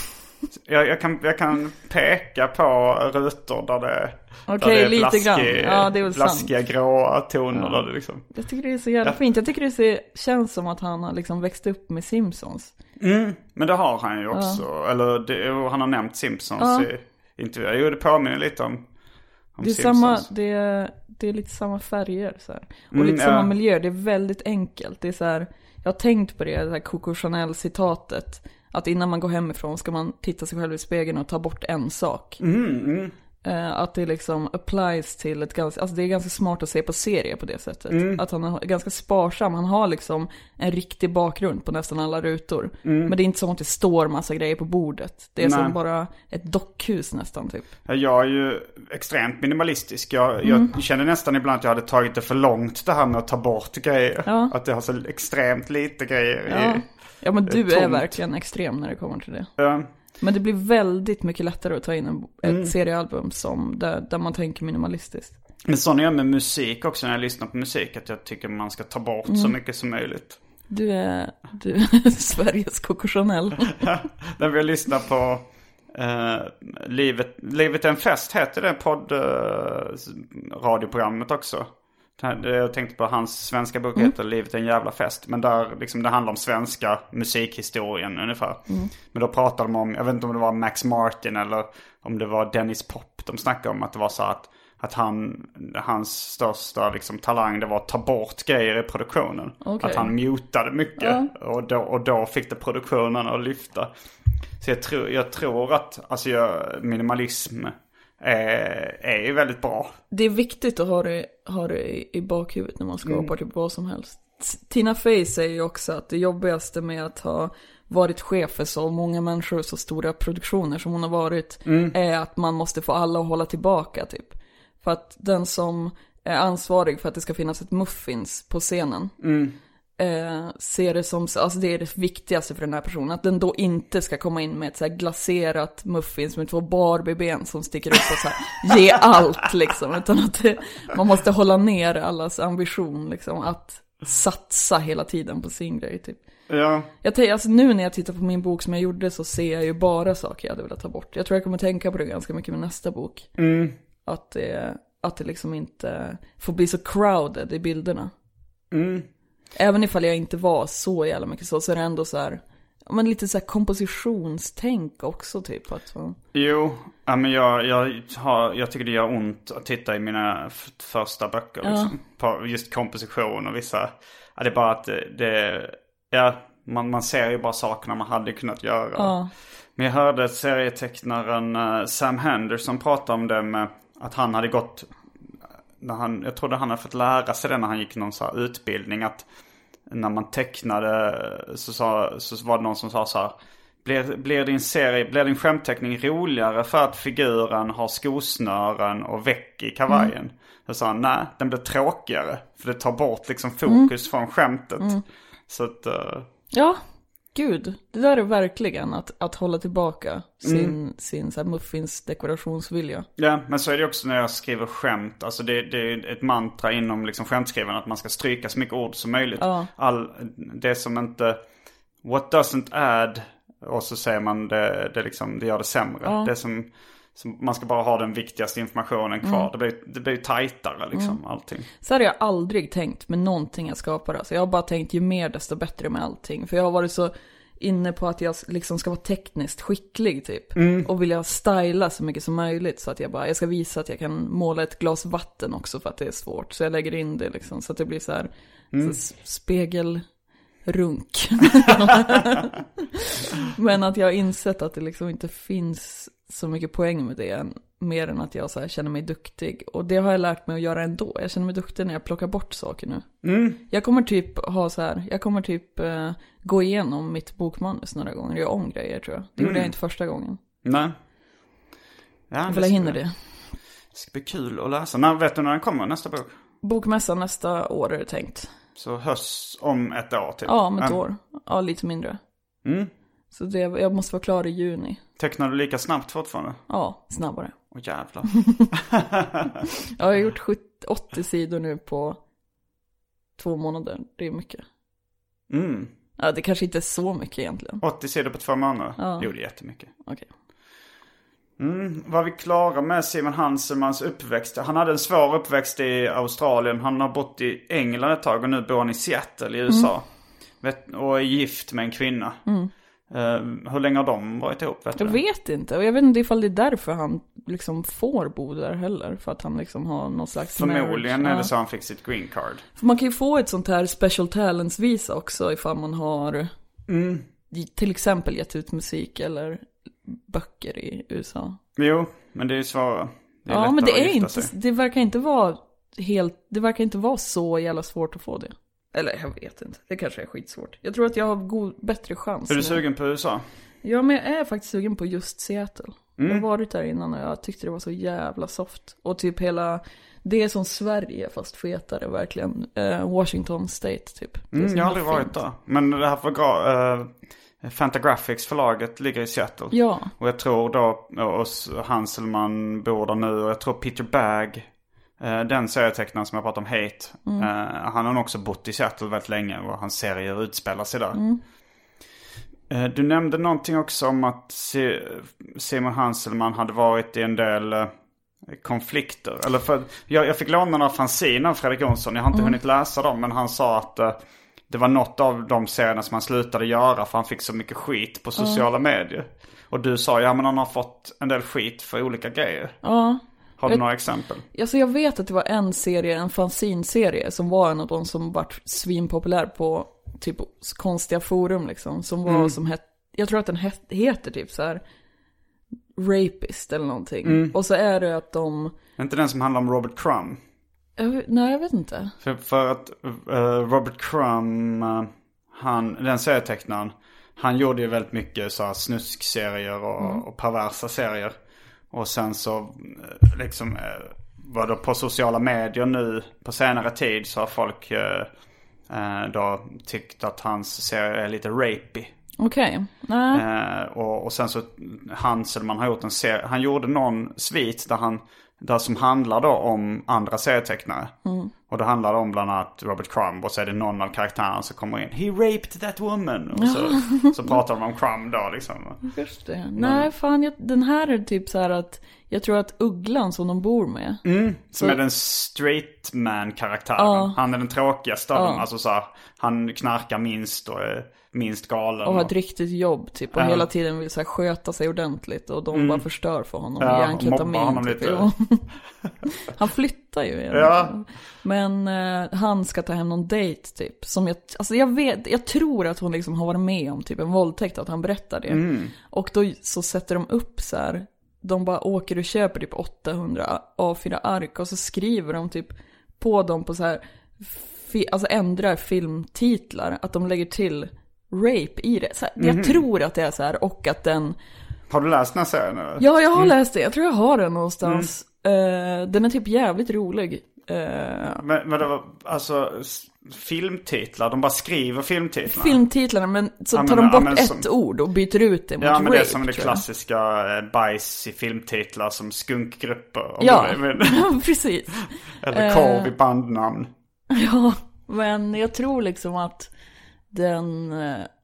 Speaker 6: jag, jag, kan, jag kan peka på rutor där det,
Speaker 8: okay,
Speaker 6: där det är,
Speaker 8: lite
Speaker 6: blaskig,
Speaker 8: ja, det är väl
Speaker 6: blaskiga sant. Gråa toner. Ja. Där det liksom...
Speaker 8: Jag tycker det är så jävla ja. fint. Jag tycker det ser, känns som att han har liksom växt upp med Simpsons.
Speaker 6: Mm. Men det har han ju också. Ja. Eller det, han har nämnt Simpsons ja. i intervjuer. Jo, det påminner lite om, om
Speaker 8: det är
Speaker 6: Simpsons.
Speaker 8: Samma, det, är, det är lite samma färger så här. Och
Speaker 6: mm,
Speaker 8: lite
Speaker 6: ja.
Speaker 8: samma miljö. Det är väldigt enkelt. Det är så här, jag har tänkt på det, det här Coco Chanel-citatet. Att innan man går hemifrån ska man titta sig själv i spegeln och ta bort en sak.
Speaker 6: Mm, mm.
Speaker 8: Uh, att det liksom applies till ett ganska, alltså det är ganska smart att se på serier på det sättet. Mm. Att han är ganska sparsam. Han har liksom en riktig bakgrund på nästan alla rutor. Mm. Men det är inte som att det står massa grejer på bordet. Det är Nej. som bara ett dockhus nästan typ.
Speaker 6: Jag är ju extremt minimalistisk. Jag, mm. jag känner nästan ibland att jag hade tagit det för långt det här med att ta bort grejer. Ja. Att det har så extremt lite grejer
Speaker 8: ja.
Speaker 6: i,
Speaker 8: ja men du är verkligen extrem när det kommer till det.
Speaker 6: Ja.
Speaker 8: Men det blir väldigt mycket lättare att ta in en, ett mm. seriealbum som, där, där man tänker minimalistiskt.
Speaker 6: Men så när jag med musik också, när jag lyssnar på musik, att jag tycker man ska ta bort mm. så mycket som möjligt.
Speaker 8: Du är, du är Sveriges Coco Chanel.
Speaker 6: Ja, när vi lyssnar på uh, Livet, Livet är en fest, heter det podd uh, radioprogrammet också. Jag tänkte på hans svenska bok mm. heter Livet är en jävla fest. Men där liksom det handlar om svenska musikhistorien ungefär. Mm. Men då pratade de om, jag vet inte om det var Max Martin eller om det var Dennis Pop. De snackade om att det var så att, att han, hans största liksom, talang det var att ta bort grejer i produktionen. Okay. Att han mutade mycket ja. och, då, och då fick det produktionen att lyfta. Så jag, tro, jag tror att alltså, jag, minimalism... Är, är ju väldigt bra.
Speaker 8: Det är viktigt att ha det, ha det i, i bakhuvudet när man skapar mm. typ vad som helst. Tina Fey säger ju också att det jobbigaste med att ha varit chef för så många människor och så stora produktioner som hon har varit mm. är att man måste få alla att hålla tillbaka typ. För att den som är ansvarig för att det ska finnas ett muffins på scenen.
Speaker 6: Mm.
Speaker 8: Eh, ser det som, alltså det är det viktigaste för den här personen. Att den då inte ska komma in med ett så här glaserat muffins med två Barbie-ben som sticker upp och så här, ge allt liksom. Utan att det, man måste hålla ner allas ambition liksom, att satsa hela tiden på sin grej typ.
Speaker 6: Ja.
Speaker 8: Jag tänker, alltså nu när jag tittar på min bok som jag gjorde så ser jag ju bara saker jag hade velat ta bort. Jag tror jag kommer tänka på det ganska mycket med nästa bok.
Speaker 6: Mm.
Speaker 8: Att det, att det liksom inte får bli så crowded i bilderna.
Speaker 6: Mm.
Speaker 8: Även ifall jag inte var så jävla mycket så, så är det ändå så här, men lite så här kompositionstänk också typ. Att, så.
Speaker 6: Jo, ja, men jag, jag, har, jag tycker det gör ont att titta i mina f- första böcker.
Speaker 8: Ja.
Speaker 6: Liksom, på just komposition och vissa, ja, det är bara att det, det ja, man, man ser ju bara sakerna man hade kunnat göra.
Speaker 8: Ja.
Speaker 6: Men jag hörde serietecknaren uh, Sam Henderson prata om det med att han hade gått, när han, jag trodde han hade fått lära sig det när han gick någon så här utbildning, att när man tecknade så, sa, så var det någon som sa så här: blir, blir din serie, blir din skämtteckning roligare för att figuren har skosnören och väck i kavajen? Mm. Så sa han, nej, den blir tråkigare för det tar bort liksom fokus mm. från skämtet. Mm. Så att uh...
Speaker 8: ja, gud, det där är verkligen att, att hålla tillbaka sin, mm. sin så här muffins dekorationsvilja.
Speaker 6: Ja, men så är det också när jag skriver skämt. Alltså det, det är ett mantra inom liksom skämtskrivande att man ska stryka så mycket ord som möjligt. Ja. All, det som inte, what doesn't add, och så säger man det, det, liksom, det gör det sämre. Ja. Det som, som, man ska bara ha den viktigaste informationen kvar. Mm. Det blir, det blir tajtare liksom, mm. allting.
Speaker 8: Så hade jag aldrig tänkt med någonting jag skapar. Alltså jag har bara tänkt ju mer desto bättre med allting. För jag har varit så inne på att jag liksom ska vara tekniskt skicklig typ. Mm. Och vilja styla så mycket som möjligt. Så att jag bara, jag ska visa att jag kan måla ett glas vatten också för att det är svårt. Så jag lägger in det liksom så att det blir så här, mm. så spegelrunk. Men att jag har insett att det liksom inte finns så mycket poäng med det, mer än att jag så här känner mig duktig. Och det har jag lärt mig att göra ändå. Jag känner mig duktig när jag plockar bort saker nu. Mm. Jag kommer typ ha så här, jag kommer typ uh, gå igenom mitt bokmanus några gånger. Jag om grejer tror jag. Det gjorde mm. jag inte första gången.
Speaker 6: Nej. Ja,
Speaker 8: jag hinner det.
Speaker 6: Det ska bli kul att läsa. När, vet du när den kommer, nästa bok?
Speaker 8: Bokmässan nästa år är det tänkt.
Speaker 6: Så höst om ett år typ?
Speaker 8: Ja, om ett mm. år. Ja, lite mindre. Mm. Så det, jag måste vara klar i juni.
Speaker 6: Tecknar du lika snabbt fortfarande?
Speaker 8: Ja, snabbare.
Speaker 6: Åh jävlar.
Speaker 8: Jag har gjort sjuttio, åttio sidor nu på två månader. Det är mycket.
Speaker 6: Mm.
Speaker 8: Ja, det kanske inte är så mycket egentligen.
Speaker 6: åttio sidor på två månader?
Speaker 8: Ja.
Speaker 6: Jo, det är jättemycket.
Speaker 8: Okej. Okay.
Speaker 6: Mm, var vi klara med Simon Hanselmans uppväxt? Han hade en svår uppväxt i Australien. Han har bott i England ett tag och nu bor han i Seattle i U S A. Mm. Och är gift med en kvinna. Mm. Uh, hur länge har de varit ihop? Vet
Speaker 8: jag
Speaker 6: du?
Speaker 8: vet inte. Och jag vet inte ifall det är därför han liksom får bo där heller. För att han liksom har någon slags
Speaker 6: förmodligen
Speaker 8: marriage.
Speaker 6: Är det så han fick sitt green card.
Speaker 8: För man kan ju få ett sånt här special talents visa också ifall man har mm. till exempel gett ut musik eller böcker i U S A.
Speaker 6: Jo, men det är ju svårare. Det är
Speaker 8: ja, men det är inte
Speaker 6: sig.
Speaker 8: Det verkar inte vara helt det verkar inte vara så jävla svårt att få det. Eller jag vet inte. Det kanske är skitsvårt. Jag tror att jag har god, bättre chans.
Speaker 6: Är du
Speaker 8: nu.
Speaker 6: sugen på U S A?
Speaker 8: Ja, men jag är faktiskt sugen på just Seattle.
Speaker 6: Mm.
Speaker 8: Jag har varit där innan och jag tyckte det var så jävla soft. Och typ hela, det är som Sverige fast fetare verkligen. Uh, Washington State typ.
Speaker 6: Mm, jag har aldrig varit där. Men det här för uh, Fantagraphics förlaget ligger i Seattle.
Speaker 8: Ja. Och
Speaker 6: jag tror då, och Hanselman bor där nu och jag tror Peter Bagg, den serietecknaren som jag pratar om, Hate, mm. uh, han har också bott i Seattle väldigt länge och hans serier utspelar sig där. Mm. Uh, du nämnde någonting också om att C- Simon Hanselman hade varit i en del uh, konflikter. Eller för, jag, jag fick låna några fanziner av Fredrik Jonsson, jag har inte mm. hunnit läsa dem, men han sa att uh, det var något av de serierna som han slutade göra för han fick så mycket skit på sociala mm. medier. Och du sa, ja men han har fått en del skit för olika grejer.
Speaker 8: Ja.
Speaker 6: Har du
Speaker 8: jag,
Speaker 6: några exempel?
Speaker 8: Alltså jag vet att det var en serie, en fanzine-serie som var en av de som var svinpopulär på typ konstiga forum liksom. Som var mm. som het, jag tror att den het, heter typ så här Rapist eller någonting. Mm. Och så är det att de...
Speaker 6: Är inte den som handlar om Robert Crumb?
Speaker 8: Jag, nej, jag vet inte.
Speaker 6: För, för att uh, Robert Crumb, uh, han, den serietecknaren, han gjorde ju väldigt mycket så här snuskserier och, mm. och perversa serier. Och sen så liksom vad då på sociala medier nu på senare tid så har folk eh, eh, då tyckt att hans serie är lite rapey.
Speaker 8: Okej. Okay.
Speaker 6: Eh, och, och sen så Hanselman har gjort en serie. Han gjorde någon svit där han där som handlar då om andra serietecknare. Mm. Och det handlar om bland annat Robert Crumb. Och så är det någon av karaktärerna som kommer in. He raped that woman. Och så, så pratar de om Crumb då liksom.
Speaker 8: Just det. Men, nej fan, jag, den här är typ så här att jag tror att Ugglan som de bor med.
Speaker 6: Mm, som så, är den straight man karaktären. Ja. Han är den tråkigaste av dem. Alltså så här, han knarkar minst och är minst galen.
Speaker 8: Och har ett riktigt jobb typ. Och ja. hela tiden vill så här, sköta sig ordentligt. Och de mm. bara förstör för honom.
Speaker 6: Ja,
Speaker 8: och mobbar honom typ. lite. Han flyttar ju igen.
Speaker 6: Ja.
Speaker 8: Men uh, han ska ta hem någon date typ. Som jag, alltså jag vet, jag tror att hon liksom har varit med om typ en våldtäkt. Att han berättar det. Mm. Och då så sätter de upp så här. De bara åker och köper typ åttahundra A fyra ark. Och så skriver de typ på dem på så här. Fi, alltså ändrar filmtitlar. Att de lägger till rape i det. Så här, mm. Jag tror att det är så här. Och att den...
Speaker 6: Har du läst den här serien? Eller?
Speaker 8: Ja, jag har mm. läst det. Jag tror jag har den någonstans. Mm. Uh, den är typ jävligt rolig. Uh,
Speaker 6: men, men det var alltså filmtitlar. De bara skriver filmtitlar.
Speaker 8: Filmtitlarna, men så ja, tar men, de bort ja, som, ett ord och byter ut det mot
Speaker 6: ja, men
Speaker 8: rape,
Speaker 6: det är som det klassiska jag. bajs i filmtitlar som skunkgrupper.
Speaker 8: Ja, men, precis.
Speaker 6: Eller korv i bandnamn.
Speaker 8: Ja, men jag tror liksom att den...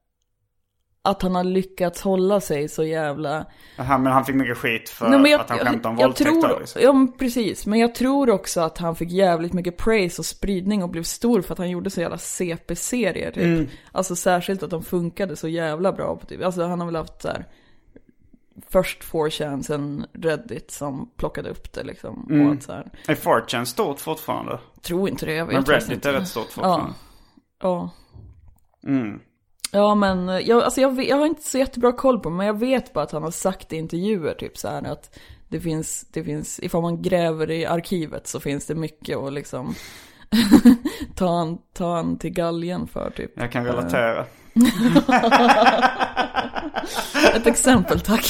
Speaker 8: Att han har lyckats hålla sig så jävla...
Speaker 6: Aha, men han fick mycket skit för Nej, jag, att han skämtade om våldtäkter. Liksom.
Speaker 8: Ja, precis. Men jag tror också att han fick jävligt mycket praise och spridning och blev stor för att han gjorde så jävla C P-serier. Typ. Mm. Alltså särskilt att de funkade så jävla bra. På typ. Alltså han har väl haft så här... Först four chan, sen Reddit som plockade upp det liksom.
Speaker 6: Mm.
Speaker 8: Och att så här...
Speaker 6: Är four chan stort fortfarande?
Speaker 8: Tror inte det. Jag vet
Speaker 6: men Reddit inte. Är rätt stort fortfarande.
Speaker 8: Ja. Ja.
Speaker 6: Mm.
Speaker 8: Ja, men jag, alltså jag, jag har inte så jättebra koll på, men jag vet bara att han har sagt i intervjuer typ så här att det finns, det finns, ifall man gräver i arkivet så finns det mycket att liksom ta han, ta han till galgen för typ.
Speaker 6: Jag kan relatera.
Speaker 8: Ett exempel, tack.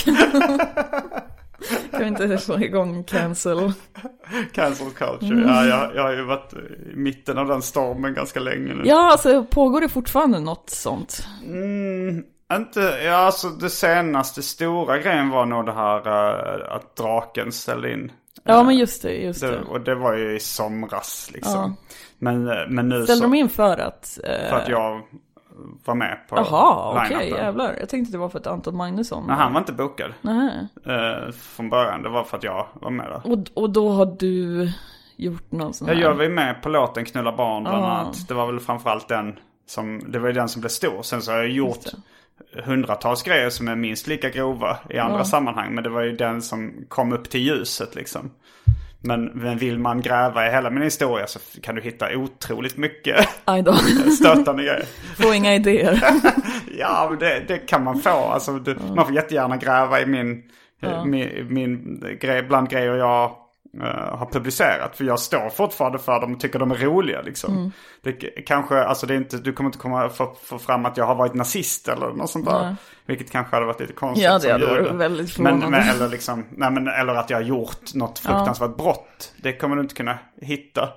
Speaker 8: Kan vi inte få igång cancel?
Speaker 6: Cancel culture. Ja, jag, jag har ju varit i mitten av den stormen ganska länge nu.
Speaker 8: Ja, alltså pågår det fortfarande något sånt?
Speaker 6: Mm, inte, ja alltså det senaste stora grejen var nog det här uh, att draken ställde in.
Speaker 8: Ja, men just det, just det.
Speaker 6: det. Och det var ju i somras liksom. Ja. Men, men nu
Speaker 8: ställde
Speaker 6: så...
Speaker 8: de in för att... Uh...
Speaker 6: För att jag... var med på
Speaker 8: Jaha, okej, okay, jävlar. Jag tänkte det var för att Anton Magnusson.
Speaker 6: Men han var inte bokad.
Speaker 8: Nej.
Speaker 6: Uh, från början, det var för att jag var med där.
Speaker 8: Och, och då har du gjort någon sån här...
Speaker 6: Jag var ju med på låten Knulla barn bland ah. annat. Det var väl framförallt den som, det var ju den som blev stor. Sen så har jag gjort hundratals grejer som är minst lika grova i andra ah. sammanhang. Men det var ju den som kom upp till ljuset liksom. Men, men vill man gräva i hela min historia så kan du hitta otroligt mycket stötande grejer.
Speaker 8: Få inga idéer.
Speaker 6: Ja, det, det kan man få. Alltså, du, ja. Man får jättegärna gräva i min, ja. min, min grej, bland grejer jag uh, har publicerat. För jag står fortfarande för dem och tycker de är roliga. Liksom. Mm. Det, kanske, alltså det är inte, du kommer inte komma få, få fram att jag har varit nazist eller något sånt där. Ja. Vilket kanske hade varit lite konstigt.
Speaker 8: Ja, det hade varit väldigt förvånande.
Speaker 6: Men, men, eller, liksom, nej, men, eller att jag har gjort något fruktansvärt ja. brott. Det kommer du inte kunna hitta.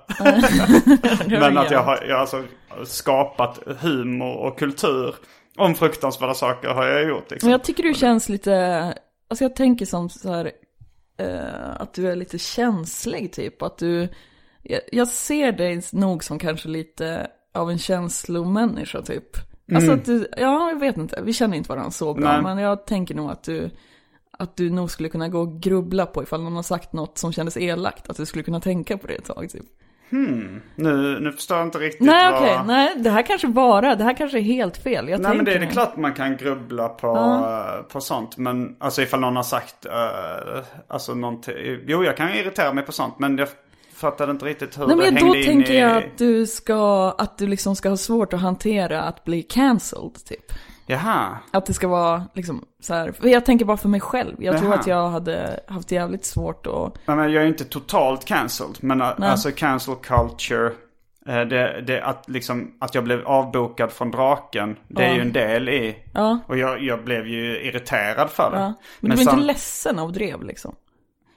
Speaker 6: Men att jag har, jag har alltså skapat humor och kultur om fruktansvärda saker har jag gjort. Liksom.
Speaker 8: Men jag tycker du känns lite... Alltså jag tänker som så här... Uh, att du är lite känslig typ. Att du... Jag, jag ser dig nog som kanske lite av en känslomänniska typ. Alltså att du, ja jag vet inte, vi känner inte varandra så bra. Nej. Men jag tänker nog att du Att du nog skulle kunna gå och grubbla på ifall någon har sagt något som kändes elakt. Att du skulle kunna tänka på det ett tag typ.
Speaker 6: Hmm, nu, nu förstår jag inte riktigt.
Speaker 8: Nej
Speaker 6: vad...
Speaker 8: okej, okay. Nej det här kanske bara, det här kanske är helt fel. Jag
Speaker 6: Nej men det är det klart man kan grubbla på, uh. på sånt. Men alltså ifall någon har sagt uh, alltså någonting, jo jag kan irritera mig på sånt. Men jag fattade inte riktigt hur.
Speaker 8: Nej,
Speaker 6: det
Speaker 8: men
Speaker 6: hängde
Speaker 8: då
Speaker 6: in
Speaker 8: tänker
Speaker 6: i...
Speaker 8: jag att du ska, att du liksom ska ha svårt att hantera att bli cancelled typ.
Speaker 6: Jaha.
Speaker 8: Att det ska vara liksom så här, jag tänker bara för mig själv. Jag Jaha. tror att jag hade haft jävligt svårt att...
Speaker 6: Ja, men jag är inte totalt cancelled. Men Nej. alltså cancel culture, det, det, att, liksom, att jag blev avbokad från draken, det ja. är ju en del i.
Speaker 8: Ja.
Speaker 6: Och jag, jag blev ju irriterad för det. Ja.
Speaker 8: Men, men du var sam... inte ledsen av drev liksom?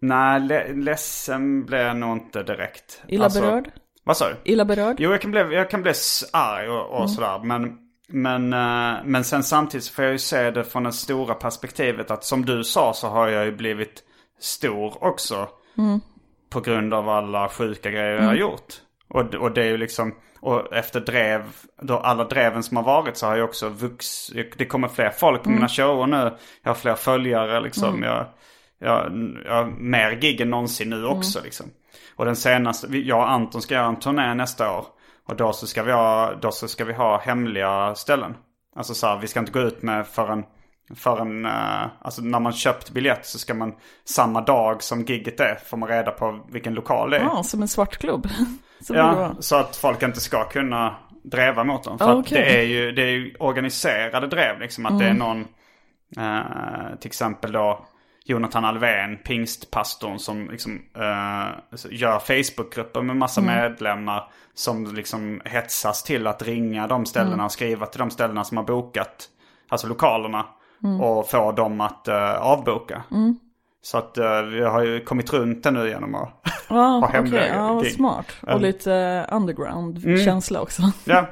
Speaker 6: Nej, le- ledsen blev jag nog inte direkt.
Speaker 8: Illa
Speaker 6: alltså,
Speaker 8: berörd?
Speaker 6: Vad sa du?
Speaker 8: Illa berörd?
Speaker 6: Jo, jag kan bli, jag kan bli arg och, och mm. sådär. Men, men, uh, men sen samtidigt så får jag ju se det från det stora perspektivet. Att som du sa så har jag ju blivit stor också. Mm. På grund av alla sjuka grejer mm. jag har gjort. Och, och det är ju liksom... Och efter drev, då alla dreven som har varit så har jag också vux. Det kommer fler folk på mm. mina shower nu. Jag har fler följare liksom. Mm. Jag, jag, jag har mer gig än någonsin nu också mm. liksom. Och den senaste, jag och Anton ska göra en turné nästa år. Och då så ska vi ha, då så ska vi ha hemliga ställen. Alltså så här, vi ska inte gå ut med förrän, förrän uh, alltså när man köpt biljett så ska man samma dag som gigget är får man reda på vilken lokal det är.
Speaker 8: Ja, som en svartklubb.
Speaker 6: Så ja, så att folk inte ska kunna dräva mot dem. För ah, okay. att det är ju, det är ju organiserade drev liksom. Att mm. det är någon, uh, till exempel då Jonathan Alvén, pingstpastorn som liksom uh, gör Facebookgrupper med massa mm. medlemmar som liksom hetsas till att ringa de ställena mm. och skriva till de ställena som har bokat, alltså lokalerna mm. och få dem att uh, avboka. Mm. Så att uh, vi har ju kommit runt det nu genom att
Speaker 8: ah, ha hemliga okay. Ja, vad smart. Och um, lite uh, underground-känsla mm. också.
Speaker 6: Ja.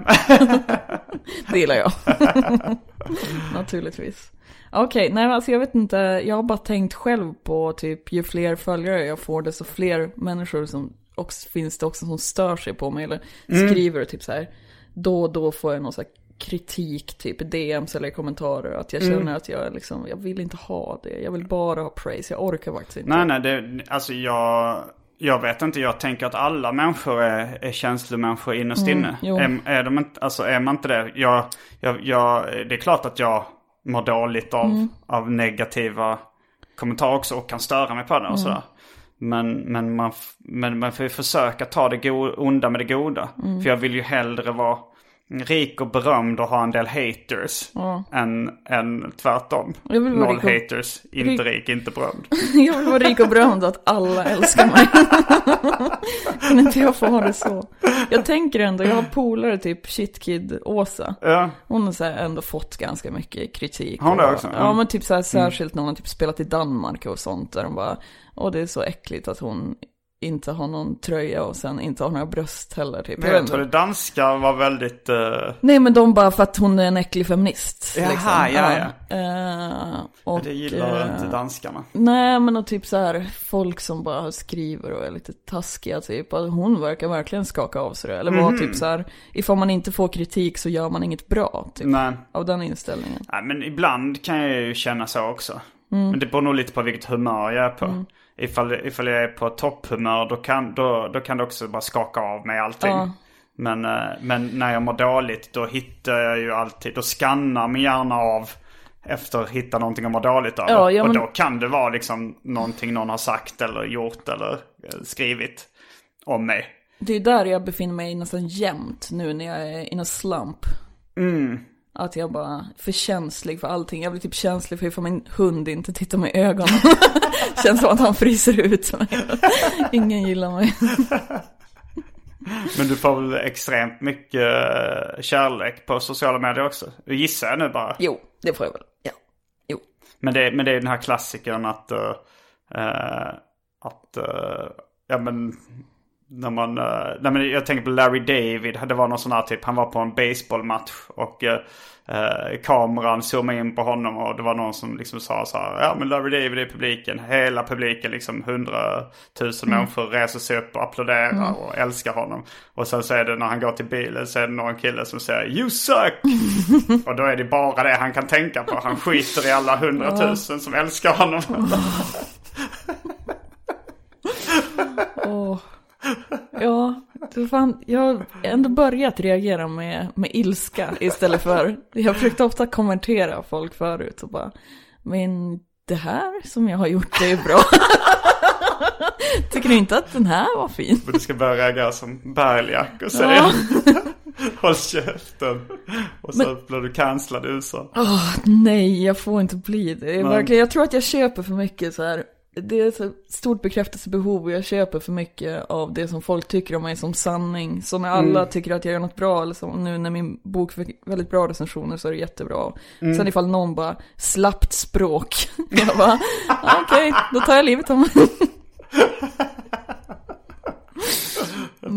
Speaker 8: Det gillar jag. Naturligtvis. Okej, okay, nej alltså jag vet inte. Jag har bara tänkt själv på typ ju fler följare jag får desto fler människor som också, finns det också som stör sig på mig eller mm. skriver typ så här. Då och då får jag någon så här kritik typ D M's eller kommentarer att jag känner mm. att jag liksom jag vill inte ha det. Jag vill bara ha praise. Jag orkar faktiskt inte.
Speaker 6: Nej nej, det, alltså jag jag vet inte, jag tänker att alla människor är, är känslomänniskor innerst inne. Mm, är, är de inte, alltså är man inte det? Jag, jag, jag, det är klart att jag mår dåligt av, mm. av negativa kommentarer också och kan störa mig på det och mm. sådär. Men, men, man, men man får ju försöka ta det go- onda med det goda. Mm. För jag vill ju hellre vara rik och berömd och ha en del haters ja. än, än tvärtom. Noll och, haters, inte rik, rik, inte berömd.
Speaker 8: Jag vill vara rik och berömd att alla älskar mig. Kan inte jag få ha det så? Jag tänker ändå, jag har polare typ Shitkid Åsa. Ja. Hon har så här ändå fått ganska mycket kritik.
Speaker 6: Hon och, också? Ja.
Speaker 8: ja, men typ så här särskilt när hon har typ spelat i Danmark och sånt. Där de bara, åh det är så äckligt att hon inte har någon tröja och sen inte har några bröst heller typ.
Speaker 6: Jag, jag tror det danska var väldigt uh...
Speaker 8: Nej men de bara för att hon är en äcklig feminist.
Speaker 6: Jaha,
Speaker 8: liksom.
Speaker 6: ja, ja.
Speaker 8: Uh, och,
Speaker 6: det gillar uh, inte danskarna.
Speaker 8: Nej men och typ så här folk som bara skriver och är lite taskiga typ. Att hon verkar verkligen skaka av sig det. Eller var mm. typ så här, ifall man inte får kritik så gör man inget bra typ. Nej. Av den inställningen.
Speaker 6: Nej men ibland kan jag ju känna så också. Mm. Men det beror nog lite på vilket humör jag är på. Mm. Ifall, ifall jag är på topphumör då kan, då, då kan det också bara skaka av mig allting. Ja. Men, men när jag mår dåligt då hittar jag ju alltid, då skannar min hjärna av efter att hitta någonting jag mår dåligt av. Ja, ja, men... Och då kan det vara liksom någonting någon har sagt eller gjort eller skrivit om mig.
Speaker 8: Det är där jag befinner mig nästan jämt nu när jag är in a slump. Mm. Att jag bara är för känslig för allting. Jag blir typ känslig för ifall min hund inte tittar mig i ögonen. Känns som att han fryser ut mig. Ingen gillar mig.
Speaker 6: Men du får väl extremt mycket kärlek på sociala medier också? Du gissar jag nu bara.
Speaker 8: Jo, det får jag väl. Ja. Jo.
Speaker 6: Men det, men det är den här klassikern att... Uh, uh, att uh, ja men... När man, uh, nej men jag tänker på Larry David. Det var någon sån här typ, han var på en baseballmatch och uh, uh, kameran zoomade in på honom och det var någon som liksom sa så här: ja men Larry David är i publiken. Hela publiken, liksom hundratusen mm. människor reser sig upp och applåderar mm. och älskar honom. Och sen så är det när han går till bilen så är det någon kille som säger you suck! Och då är det bara det han kan tänka på. Han skiter i alla hundratusen ja. som älskar honom.
Speaker 8: Åh. oh. Ja, det fan, jag har ändå börjat reagera med, med ilska istället för... Jag försökte ofta kommentera folk förut och bara... Men det här som jag har gjort det är bra. Tycker du inte att den här var fin?
Speaker 6: Men du ska börja reagera som Bergljak och säga... Ja. Håll käften. Och så men, blir du cancellad i U S A.
Speaker 8: Oh, nej, jag får inte bli det. Jag, verkligen, jag tror att jag köper för mycket så här... Det är ett stort bekräftelsebehov och jag köper för mycket av det som folk tycker om mig som sanning. Så när alla mm. tycker att jag gör något bra, eller så, nu när min bok fick väldigt bra recensioner så är det jättebra. Mm. Sen ifall någon bara slappt språk, jag bara, okej, okay, då tar jag livet av mig.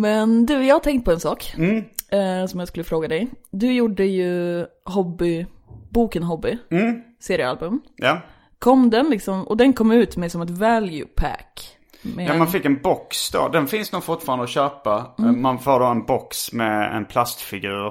Speaker 8: Men du, jag har tänkt på en sak.
Speaker 6: Mm.
Speaker 8: Eh, som jag skulle fråga dig. Du gjorde ju hobby, boken Hobby.
Speaker 6: Mm.
Speaker 8: Seriealbum.
Speaker 6: Ja.
Speaker 8: Kom den liksom, och den kom ut med som ett value pack. Med...
Speaker 6: Ja, man fick en box då. Den finns nog fortfarande att köpa. Mm. Man får då en box med en plastfigur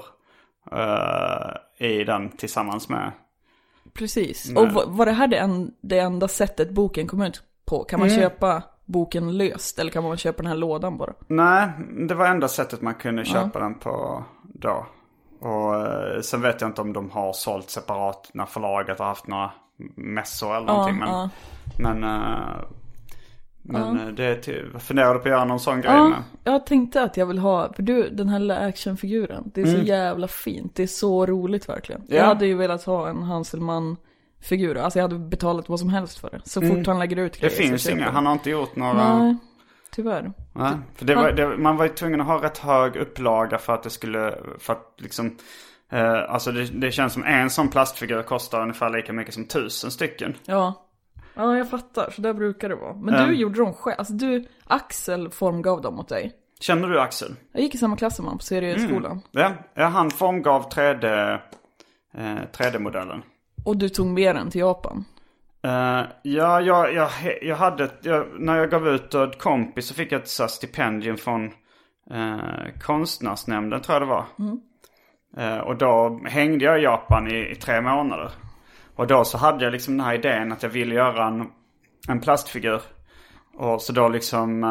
Speaker 6: uh, i den tillsammans med.
Speaker 8: Precis.
Speaker 6: Men...
Speaker 8: Och var, var det här det, en, det enda sättet boken kom ut på? Kan man mm. köpa boken löst eller kan man köpa den här lådan bara?
Speaker 6: Nej, det var enda sättet man kunde köpa
Speaker 8: ja.
Speaker 6: den på då. Och uh, sen vet jag inte om de har sålt separat när förlaget har haft några mässor eller någonting.
Speaker 8: Ja,
Speaker 6: men
Speaker 8: ja.
Speaker 6: men, uh, men uh. det är till, jag funderade på att göra någon sån grej
Speaker 8: ja,
Speaker 6: med.
Speaker 8: Jag tänkte att jag vill ha, för du, den här lilla actionfiguren, det är mm. så jävla fint. Det är så roligt verkligen. Ja. Jag hade ju velat ha en Hanselman-figur. Alltså jag hade betalat vad som helst för det. Så fort mm. han lägger ut grejer.
Speaker 6: Det finns inga, han har inte gjort några...
Speaker 8: Nej, tyvärr.
Speaker 6: Nej, för det var, det, man var ju tvungen att ha rätt hög upplaga för att det skulle, för att liksom, eh, alltså det, det känns som en sån plastfigur kostar ungefär lika mycket som tusen stycken.
Speaker 8: Ja, ja jag fattar, så där brukar det vara. Men
Speaker 6: um,
Speaker 8: du gjorde dem själv, alltså du, Axel formgav dem åt dig.
Speaker 6: Känner du Axel?
Speaker 8: Jag gick i samma klass som han på serieskolan.
Speaker 6: Mm. Ja, ja, han formgav tre D, eh, tre D-modellen.
Speaker 8: Och du tog med den till Japan?
Speaker 6: Uh, ja, jag, jag, jag hade, jag, när jag gav ut Död kompis så fick jag ett så stipendium från uh, konstnärsnämnden tror jag det var. Mm. Uh, och då hängde jag i Japan i, i tre månader. Och då så hade jag liksom den här idén att jag ville göra en, en plastfigur. Och så då liksom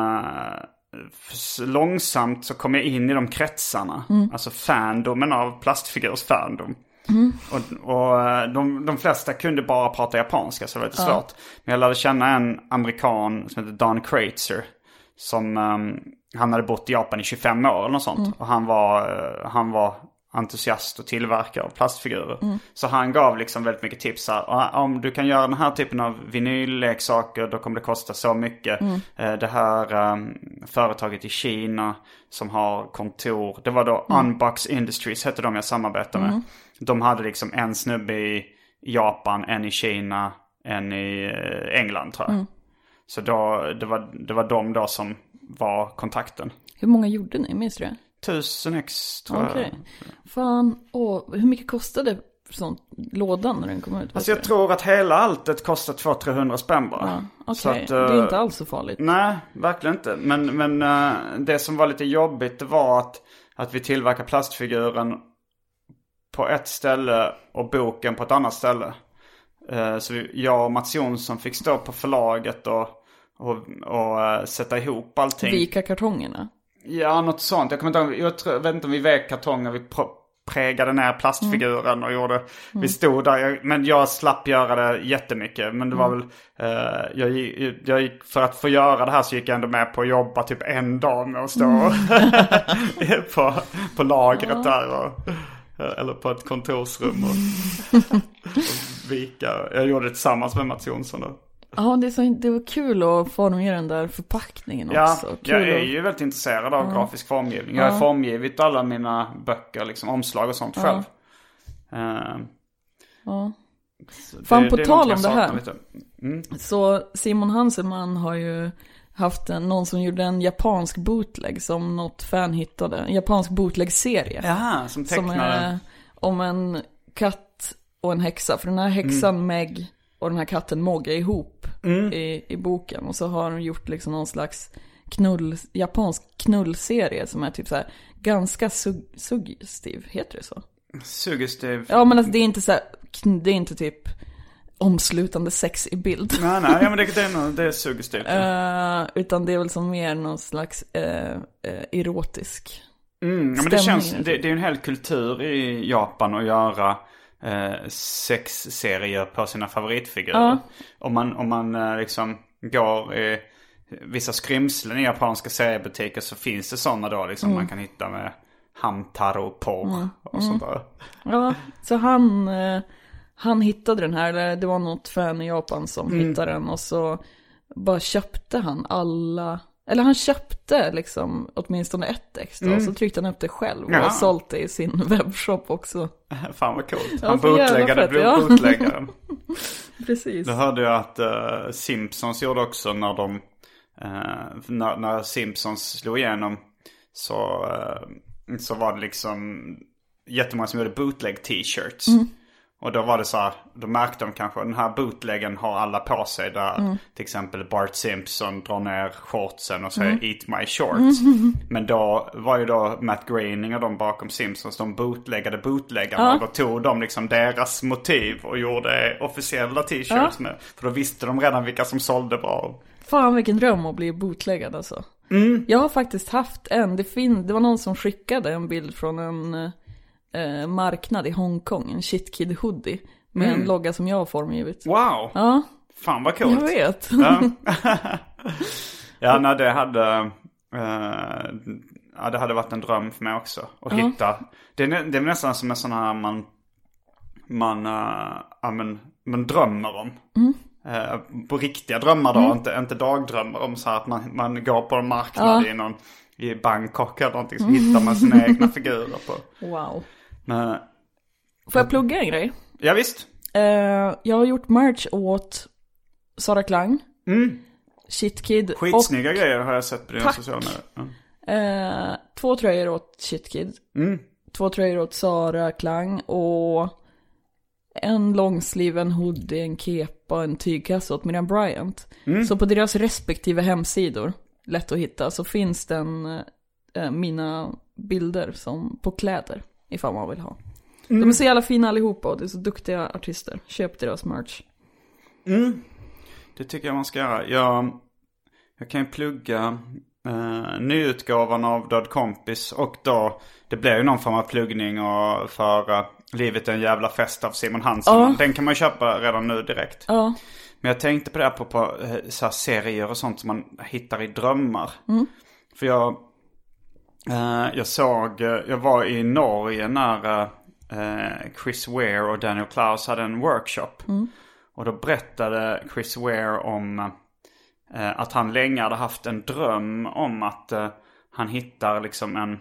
Speaker 6: uh, långsamt så kom jag in i de kretsarna. Mm. Alltså fandomen av plastfigurs fandom. Mm. Och, och de, de flesta kunde bara prata japanska så det var lite ja. svårt. Men jag lärde känna en amerikan som heter Don Kreitzer. Som um, han hade bott i Japan i tjugofem år eller något sånt. Mm. Och han var, uh, han var entusiast och tillverkare av plastfigurer. Mm. Så han gav liksom väldigt mycket tips här. Om du kan göra den här typen av vinylleksaker då kommer det kosta så mycket. Mm. Uh, det här um, företaget i Kina som har kontor. Det var då mm. Unbox Industries hette de jag samarbetade med. Mm. De hade liksom en snubbe i Japan, en i Kina, en i England tror jag. Mm. Så då, det, var, det var de då som var kontakten.
Speaker 8: Hur många gjorde ni, minns du det?
Speaker 6: Tusen ex tror
Speaker 8: okay. jag. Fan, och hur mycket kostade sånt, lådan när den kom ut?
Speaker 6: Alltså jag tror att hela alltet kostar två till trehundra spänn bara.
Speaker 8: Ja, okej, okay. Det är inte alls så farligt.
Speaker 6: Nej, verkligen inte. Men, men uh, det som var lite jobbigt det var att, att vi tillverkar plastfiguren på ett ställe och boken på ett annat ställe. Uh, så vi, jag och Mats Jonsson fick stå på förlaget och, och, och uh, sätta ihop allting.
Speaker 8: Vika kartongerna?
Speaker 6: Ja, något sånt. Jag, kommer inte, jag, tror, jag vet inte om vi vek kartonger. Vi pr- prägade ner plastfiguren mm. och gjorde... Mm. Vi stod där. Jag, men jag slapp göra det jättemycket. Men det var mm. väl... Uh, jag, jag gick, för att få göra det här så gick jag ändå med på att jobba typ en dag med att stå mm. på, på lagret ja. där och... Eller på ett kontorsrum och, och vika. Jag gjorde det tillsammans med Mats Jonsson då.
Speaker 8: Ja, det, så, det var kul att formera den där förpackningen
Speaker 6: ja,
Speaker 8: också.
Speaker 6: Kul jag är ju väldigt intresserad av ja. grafisk formgivning. Jag har ja. formgivit alla mina böcker, liksom omslag och sånt ja. själv. Uh,
Speaker 8: ja. Fan, på tal om det här. Mm. Så Simon Hanselman har ju haft en, någon som gjorde en japansk bootleg som något fan hittade. En japansk bootleg-serie.
Speaker 6: Jaha, som tecknade.
Speaker 8: Som är om en katt och en häxa. För den här häxan mm. Meg och den här katten Mog är ihop mm. i, i boken. Och så har de gjort liksom någon slags knull, japansk knullserie som är typ så här ganska sug- suggestiv. Heter det så?
Speaker 6: Suggestiv.
Speaker 8: Ja, men alltså det är inte så här, det är inte typ omslutande sex i bild.
Speaker 6: Nej, nej, ja, men det, det är nog, det är suggestivt.
Speaker 8: Uh, utan det är väl som mer någon slags uh, uh, erotisk
Speaker 6: mm, ja, men det känns, det, det är en hel kultur i Japan att göra uh, sexserier på sina favoritfigurer. Uh. Om man, om man uh, liksom går i vissa skrymslen i japanska seriebutiker så finns det sådana då liksom mm. man kan hitta med hamtaro, porr mm. och
Speaker 8: mm.
Speaker 6: sånt där.
Speaker 8: Ja, så han... Uh, Han hittade den här, det var något fan i Japan som mm. hittade den och så bara köpte han alla, eller han köpte liksom åtminstone ett extra mm. och så tryckte han upp det själv och ja. sålt det i sin webbshop också.
Speaker 6: Fan vad coolt, han ja, bootläggade ja. bootläggaren.
Speaker 8: Precis.
Speaker 6: Då hörde jag att uh, Simpsons gjorde också när de, uh, när, när Simpsons slog igenom så, uh, så var det liksom jättemånga som gjorde bootleg t-shirts.
Speaker 8: Mm.
Speaker 6: Och då var det så här, då märkte de kanske den här bootleggen har alla på sig där mm. till exempel Bart Simpson drar ner shortsen och säger mm. eat my shorts. Mm. Men då var ju då Matt Groening och de bakom Simpsons, de bootleggade bootleggarna ja. och då tog de liksom deras motiv och gjorde officiella t-shirts ja. med. För då visste de redan vilka som sålde bra.
Speaker 8: Fan vilken dröm att bli bootleggad alltså. Mm. Jag har faktiskt haft en, det, fin- det var någon som skickade en bild från en... Eh, marknad i Hongkong, en shitkid hoodie med mm. en logga som jag har formgivit.
Speaker 6: Wow.
Speaker 8: Ja.
Speaker 6: Fan vad coolt.
Speaker 8: Jag vet.
Speaker 6: Ja, ja när det hade eh, ja, det hade varit en dröm för mig också att ja. hitta. Det är, det är nästan som en sån här man man uh, ja, men, man drömmer om. Mm. Eh, på riktiga drömmar då, mm. inte inte dagdrömmar om så här att man man går på en marknad ja. i någon i Bangkok eller någonting så mm. hittar man sina egna figurer på.
Speaker 8: Wow.
Speaker 6: Men,
Speaker 8: får jag plugga en grej?
Speaker 6: Ja visst.
Speaker 8: Uh, jag har gjort merch åt Sara Klang.
Speaker 6: Mm.
Speaker 8: Shitkid.
Speaker 6: Skitsnygga och... grejer har jag sett på dina sociala medier. Mm.
Speaker 8: Uh, två tröjor åt Shitkid.
Speaker 6: Mm.
Speaker 8: Två tröjor åt Sara Klang. Och en långsliv, en hoodie, en kepa, en tygkasse åt Miriam Bryant. Mm. Så på deras respektive hemsidor, lätt att hitta, så finns den äh, mina bilder som på kläder ifall man vill ha. Mm. De är så jävla fina allihopa och det är så duktiga artister. Köp deras merch.
Speaker 6: Mm. Det tycker jag man ska göra. Jag, jag kan ju plugga äh, nyutgåvan av Död kompis och då, det blir ju någon form av pluggning och för äh, Livet är en jävla fest av Simon Hansen. Ja. Den kan man köpa redan nu direkt.
Speaker 8: Ja.
Speaker 6: Men jag tänkte på det här på, på så här serier och sånt som man hittar i drömmar.
Speaker 8: Mm.
Speaker 6: För jag eh, jag såg, jag var i Norge när eh, Chris Ware och Daniel Klaus hade en workshop.
Speaker 8: Mm.
Speaker 6: Och då berättade Chris Ware om eh, att han länge hade haft en dröm om att eh, han hittar liksom en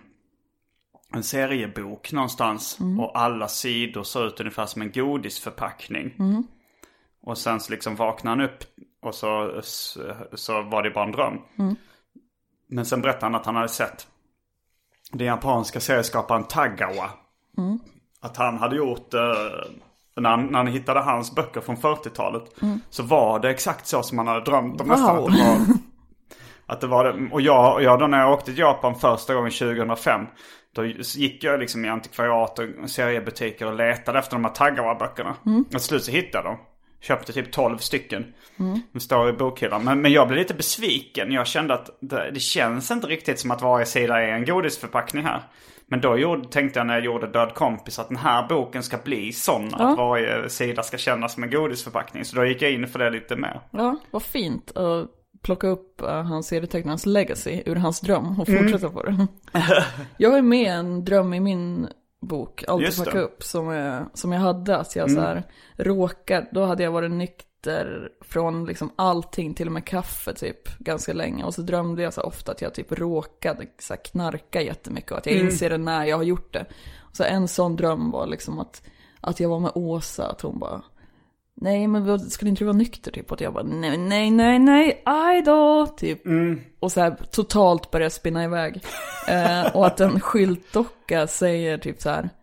Speaker 6: en seriebok någonstans. Mm. Och alla sidor såg ut ungefär som en godisförpackning.
Speaker 8: Mm.
Speaker 6: Och sen så liksom vaknade han upp och så, så, så var det bara en dröm.
Speaker 8: Mm.
Speaker 6: Men sen berättade han att han hade sett den japanska serieskaparen Tagawa.
Speaker 8: Mm.
Speaker 6: Att han hade gjort, eh, när, han, när han hittade hans böcker från fyrtiotalet.
Speaker 8: Mm.
Speaker 6: Så var det exakt så som han hade drömt om.
Speaker 8: Wow.
Speaker 6: Nästan att det var, att det var det. Och jag, jag då när jag åkte till Japan första gången tjugohundrafem. Då gick jag liksom i antikvariat och seriebutiker och letade efter de här Tagawa-böckerna.
Speaker 8: Mm.
Speaker 6: Och till slut så hittade jag dem. Köpte typ tolv stycken.
Speaker 8: Mm.
Speaker 6: De står i bokhyllan. Men, men jag blev lite besviken. Jag kände att det, det känns inte riktigt som att varje sida är en godisförpackning här. Men då gjorde, tänkte jag när jag gjorde Död kompis att den här boken ska bli sån. Ja. Att varje sida ska kännas som en godisförpackning. Så då gick jag in för det lite mer.
Speaker 8: Ja, vad fint att plocka upp uh, hans serietecknarens legacy ur hans dröm och fortsätta mm. på det. Jag är med en dröm i min bok, Allt att packa upp, som, är, som jag hade. Att jag mm. så här råkade, då hade jag varit nykter från liksom allting, till och med kaffe typ, ganska länge. Och så drömde jag så ofta att jag typ råkade så här knarka jättemycket och att jag mm. inser det när jag har gjort det. Så en sån dröm var liksom att, att jag var med Åsa, att hon bara... Nej, men skulle inte du vara nykter typ? Och jag bara, nej, nej, nej, nej, aj då, typ.
Speaker 6: Mm.
Speaker 8: Och så här totalt börjar spinna iväg. eh, och att en skyltdocka säger typ så här: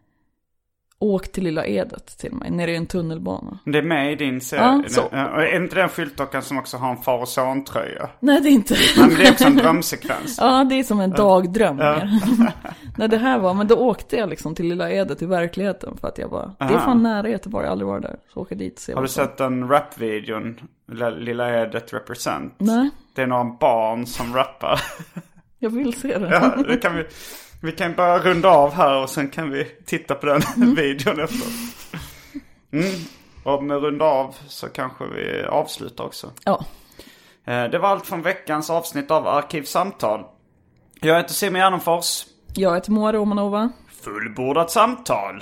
Speaker 8: åk till Lilla Edet till mig, nere i en tunnelbana.
Speaker 6: Det är med i din serie.
Speaker 8: Ja, så.
Speaker 6: Är inte den skyltdockan som också har en far och son-tröja?
Speaker 8: Nej, det är inte.
Speaker 6: Nej, men det är också en drömsekvens.
Speaker 8: Ja, det är som en dagdröm.
Speaker 6: Ja.
Speaker 8: Nej, det här var, men då åkte jag liksom till Lilla Edet i verkligheten. För att jag bara,
Speaker 6: Aha.
Speaker 8: det är fan nära Göteborg, jag har aldrig varit där. Så åker dit och se.
Speaker 6: Har du sett den rap-videon, Lilla Edet Represent?
Speaker 8: Nej.
Speaker 6: Det är några barn som rappar.
Speaker 8: Jag vill se det.
Speaker 6: Ja, det kan vi... Vi kan bara runda av här och sen kan vi titta på den mm. videon efter. Mm. Och med runda av så kanske vi avslutar också.
Speaker 8: Ja.
Speaker 6: Det var allt från veckans avsnitt av Arkivsamtal. Jag heter Simon Gärdenfors.
Speaker 8: Jag heter Moa Romanova.
Speaker 6: Fullbordat samtal.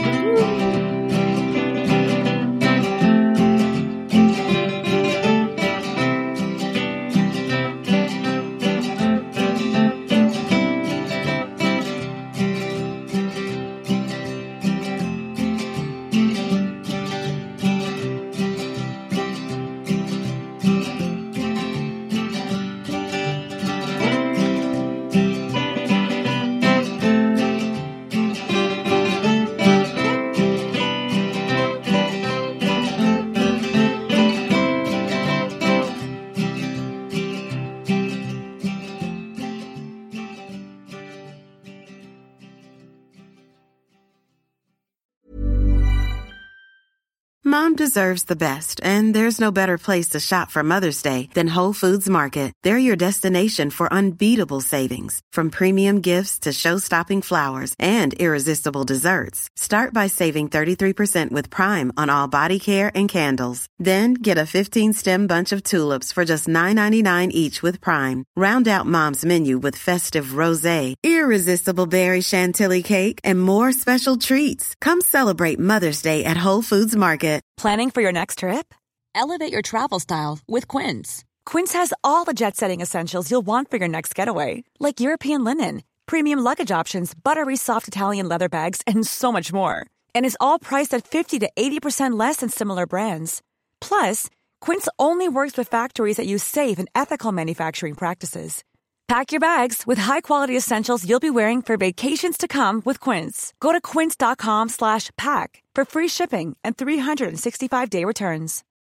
Speaker 9: mom deserves the best, and there's no better place to shop for Mother's Day than Whole Foods Market. They're your destination for unbeatable savings, from premium gifts to show-stopping flowers and irresistible desserts. Start by saving thirty-three percent with Prime on all body care and candles. Then get a fifteen-stem bunch of tulips for just nine ninety-nine each with Prime. Round out Mom's menu with festive rosé, irresistible berry chantilly cake, and more special treats. Come celebrate Mother's Day at Whole Foods Market.
Speaker 10: Planning for your next trip? Elevate your travel style with Quince. Quince has all the jet-setting essentials you'll want for your next getaway, like European linen, premium luggage options, buttery soft Italian leather bags, and so much more. And is all priced at fifty to eighty percent less than similar brands. Plus, Quince only works with factories that use safe and ethical manufacturing practices. Pack your bags with high-quality essentials you'll be wearing for vacations to come with Quince. Go to quince.com slash pack for free shipping and three sixty-five day returns.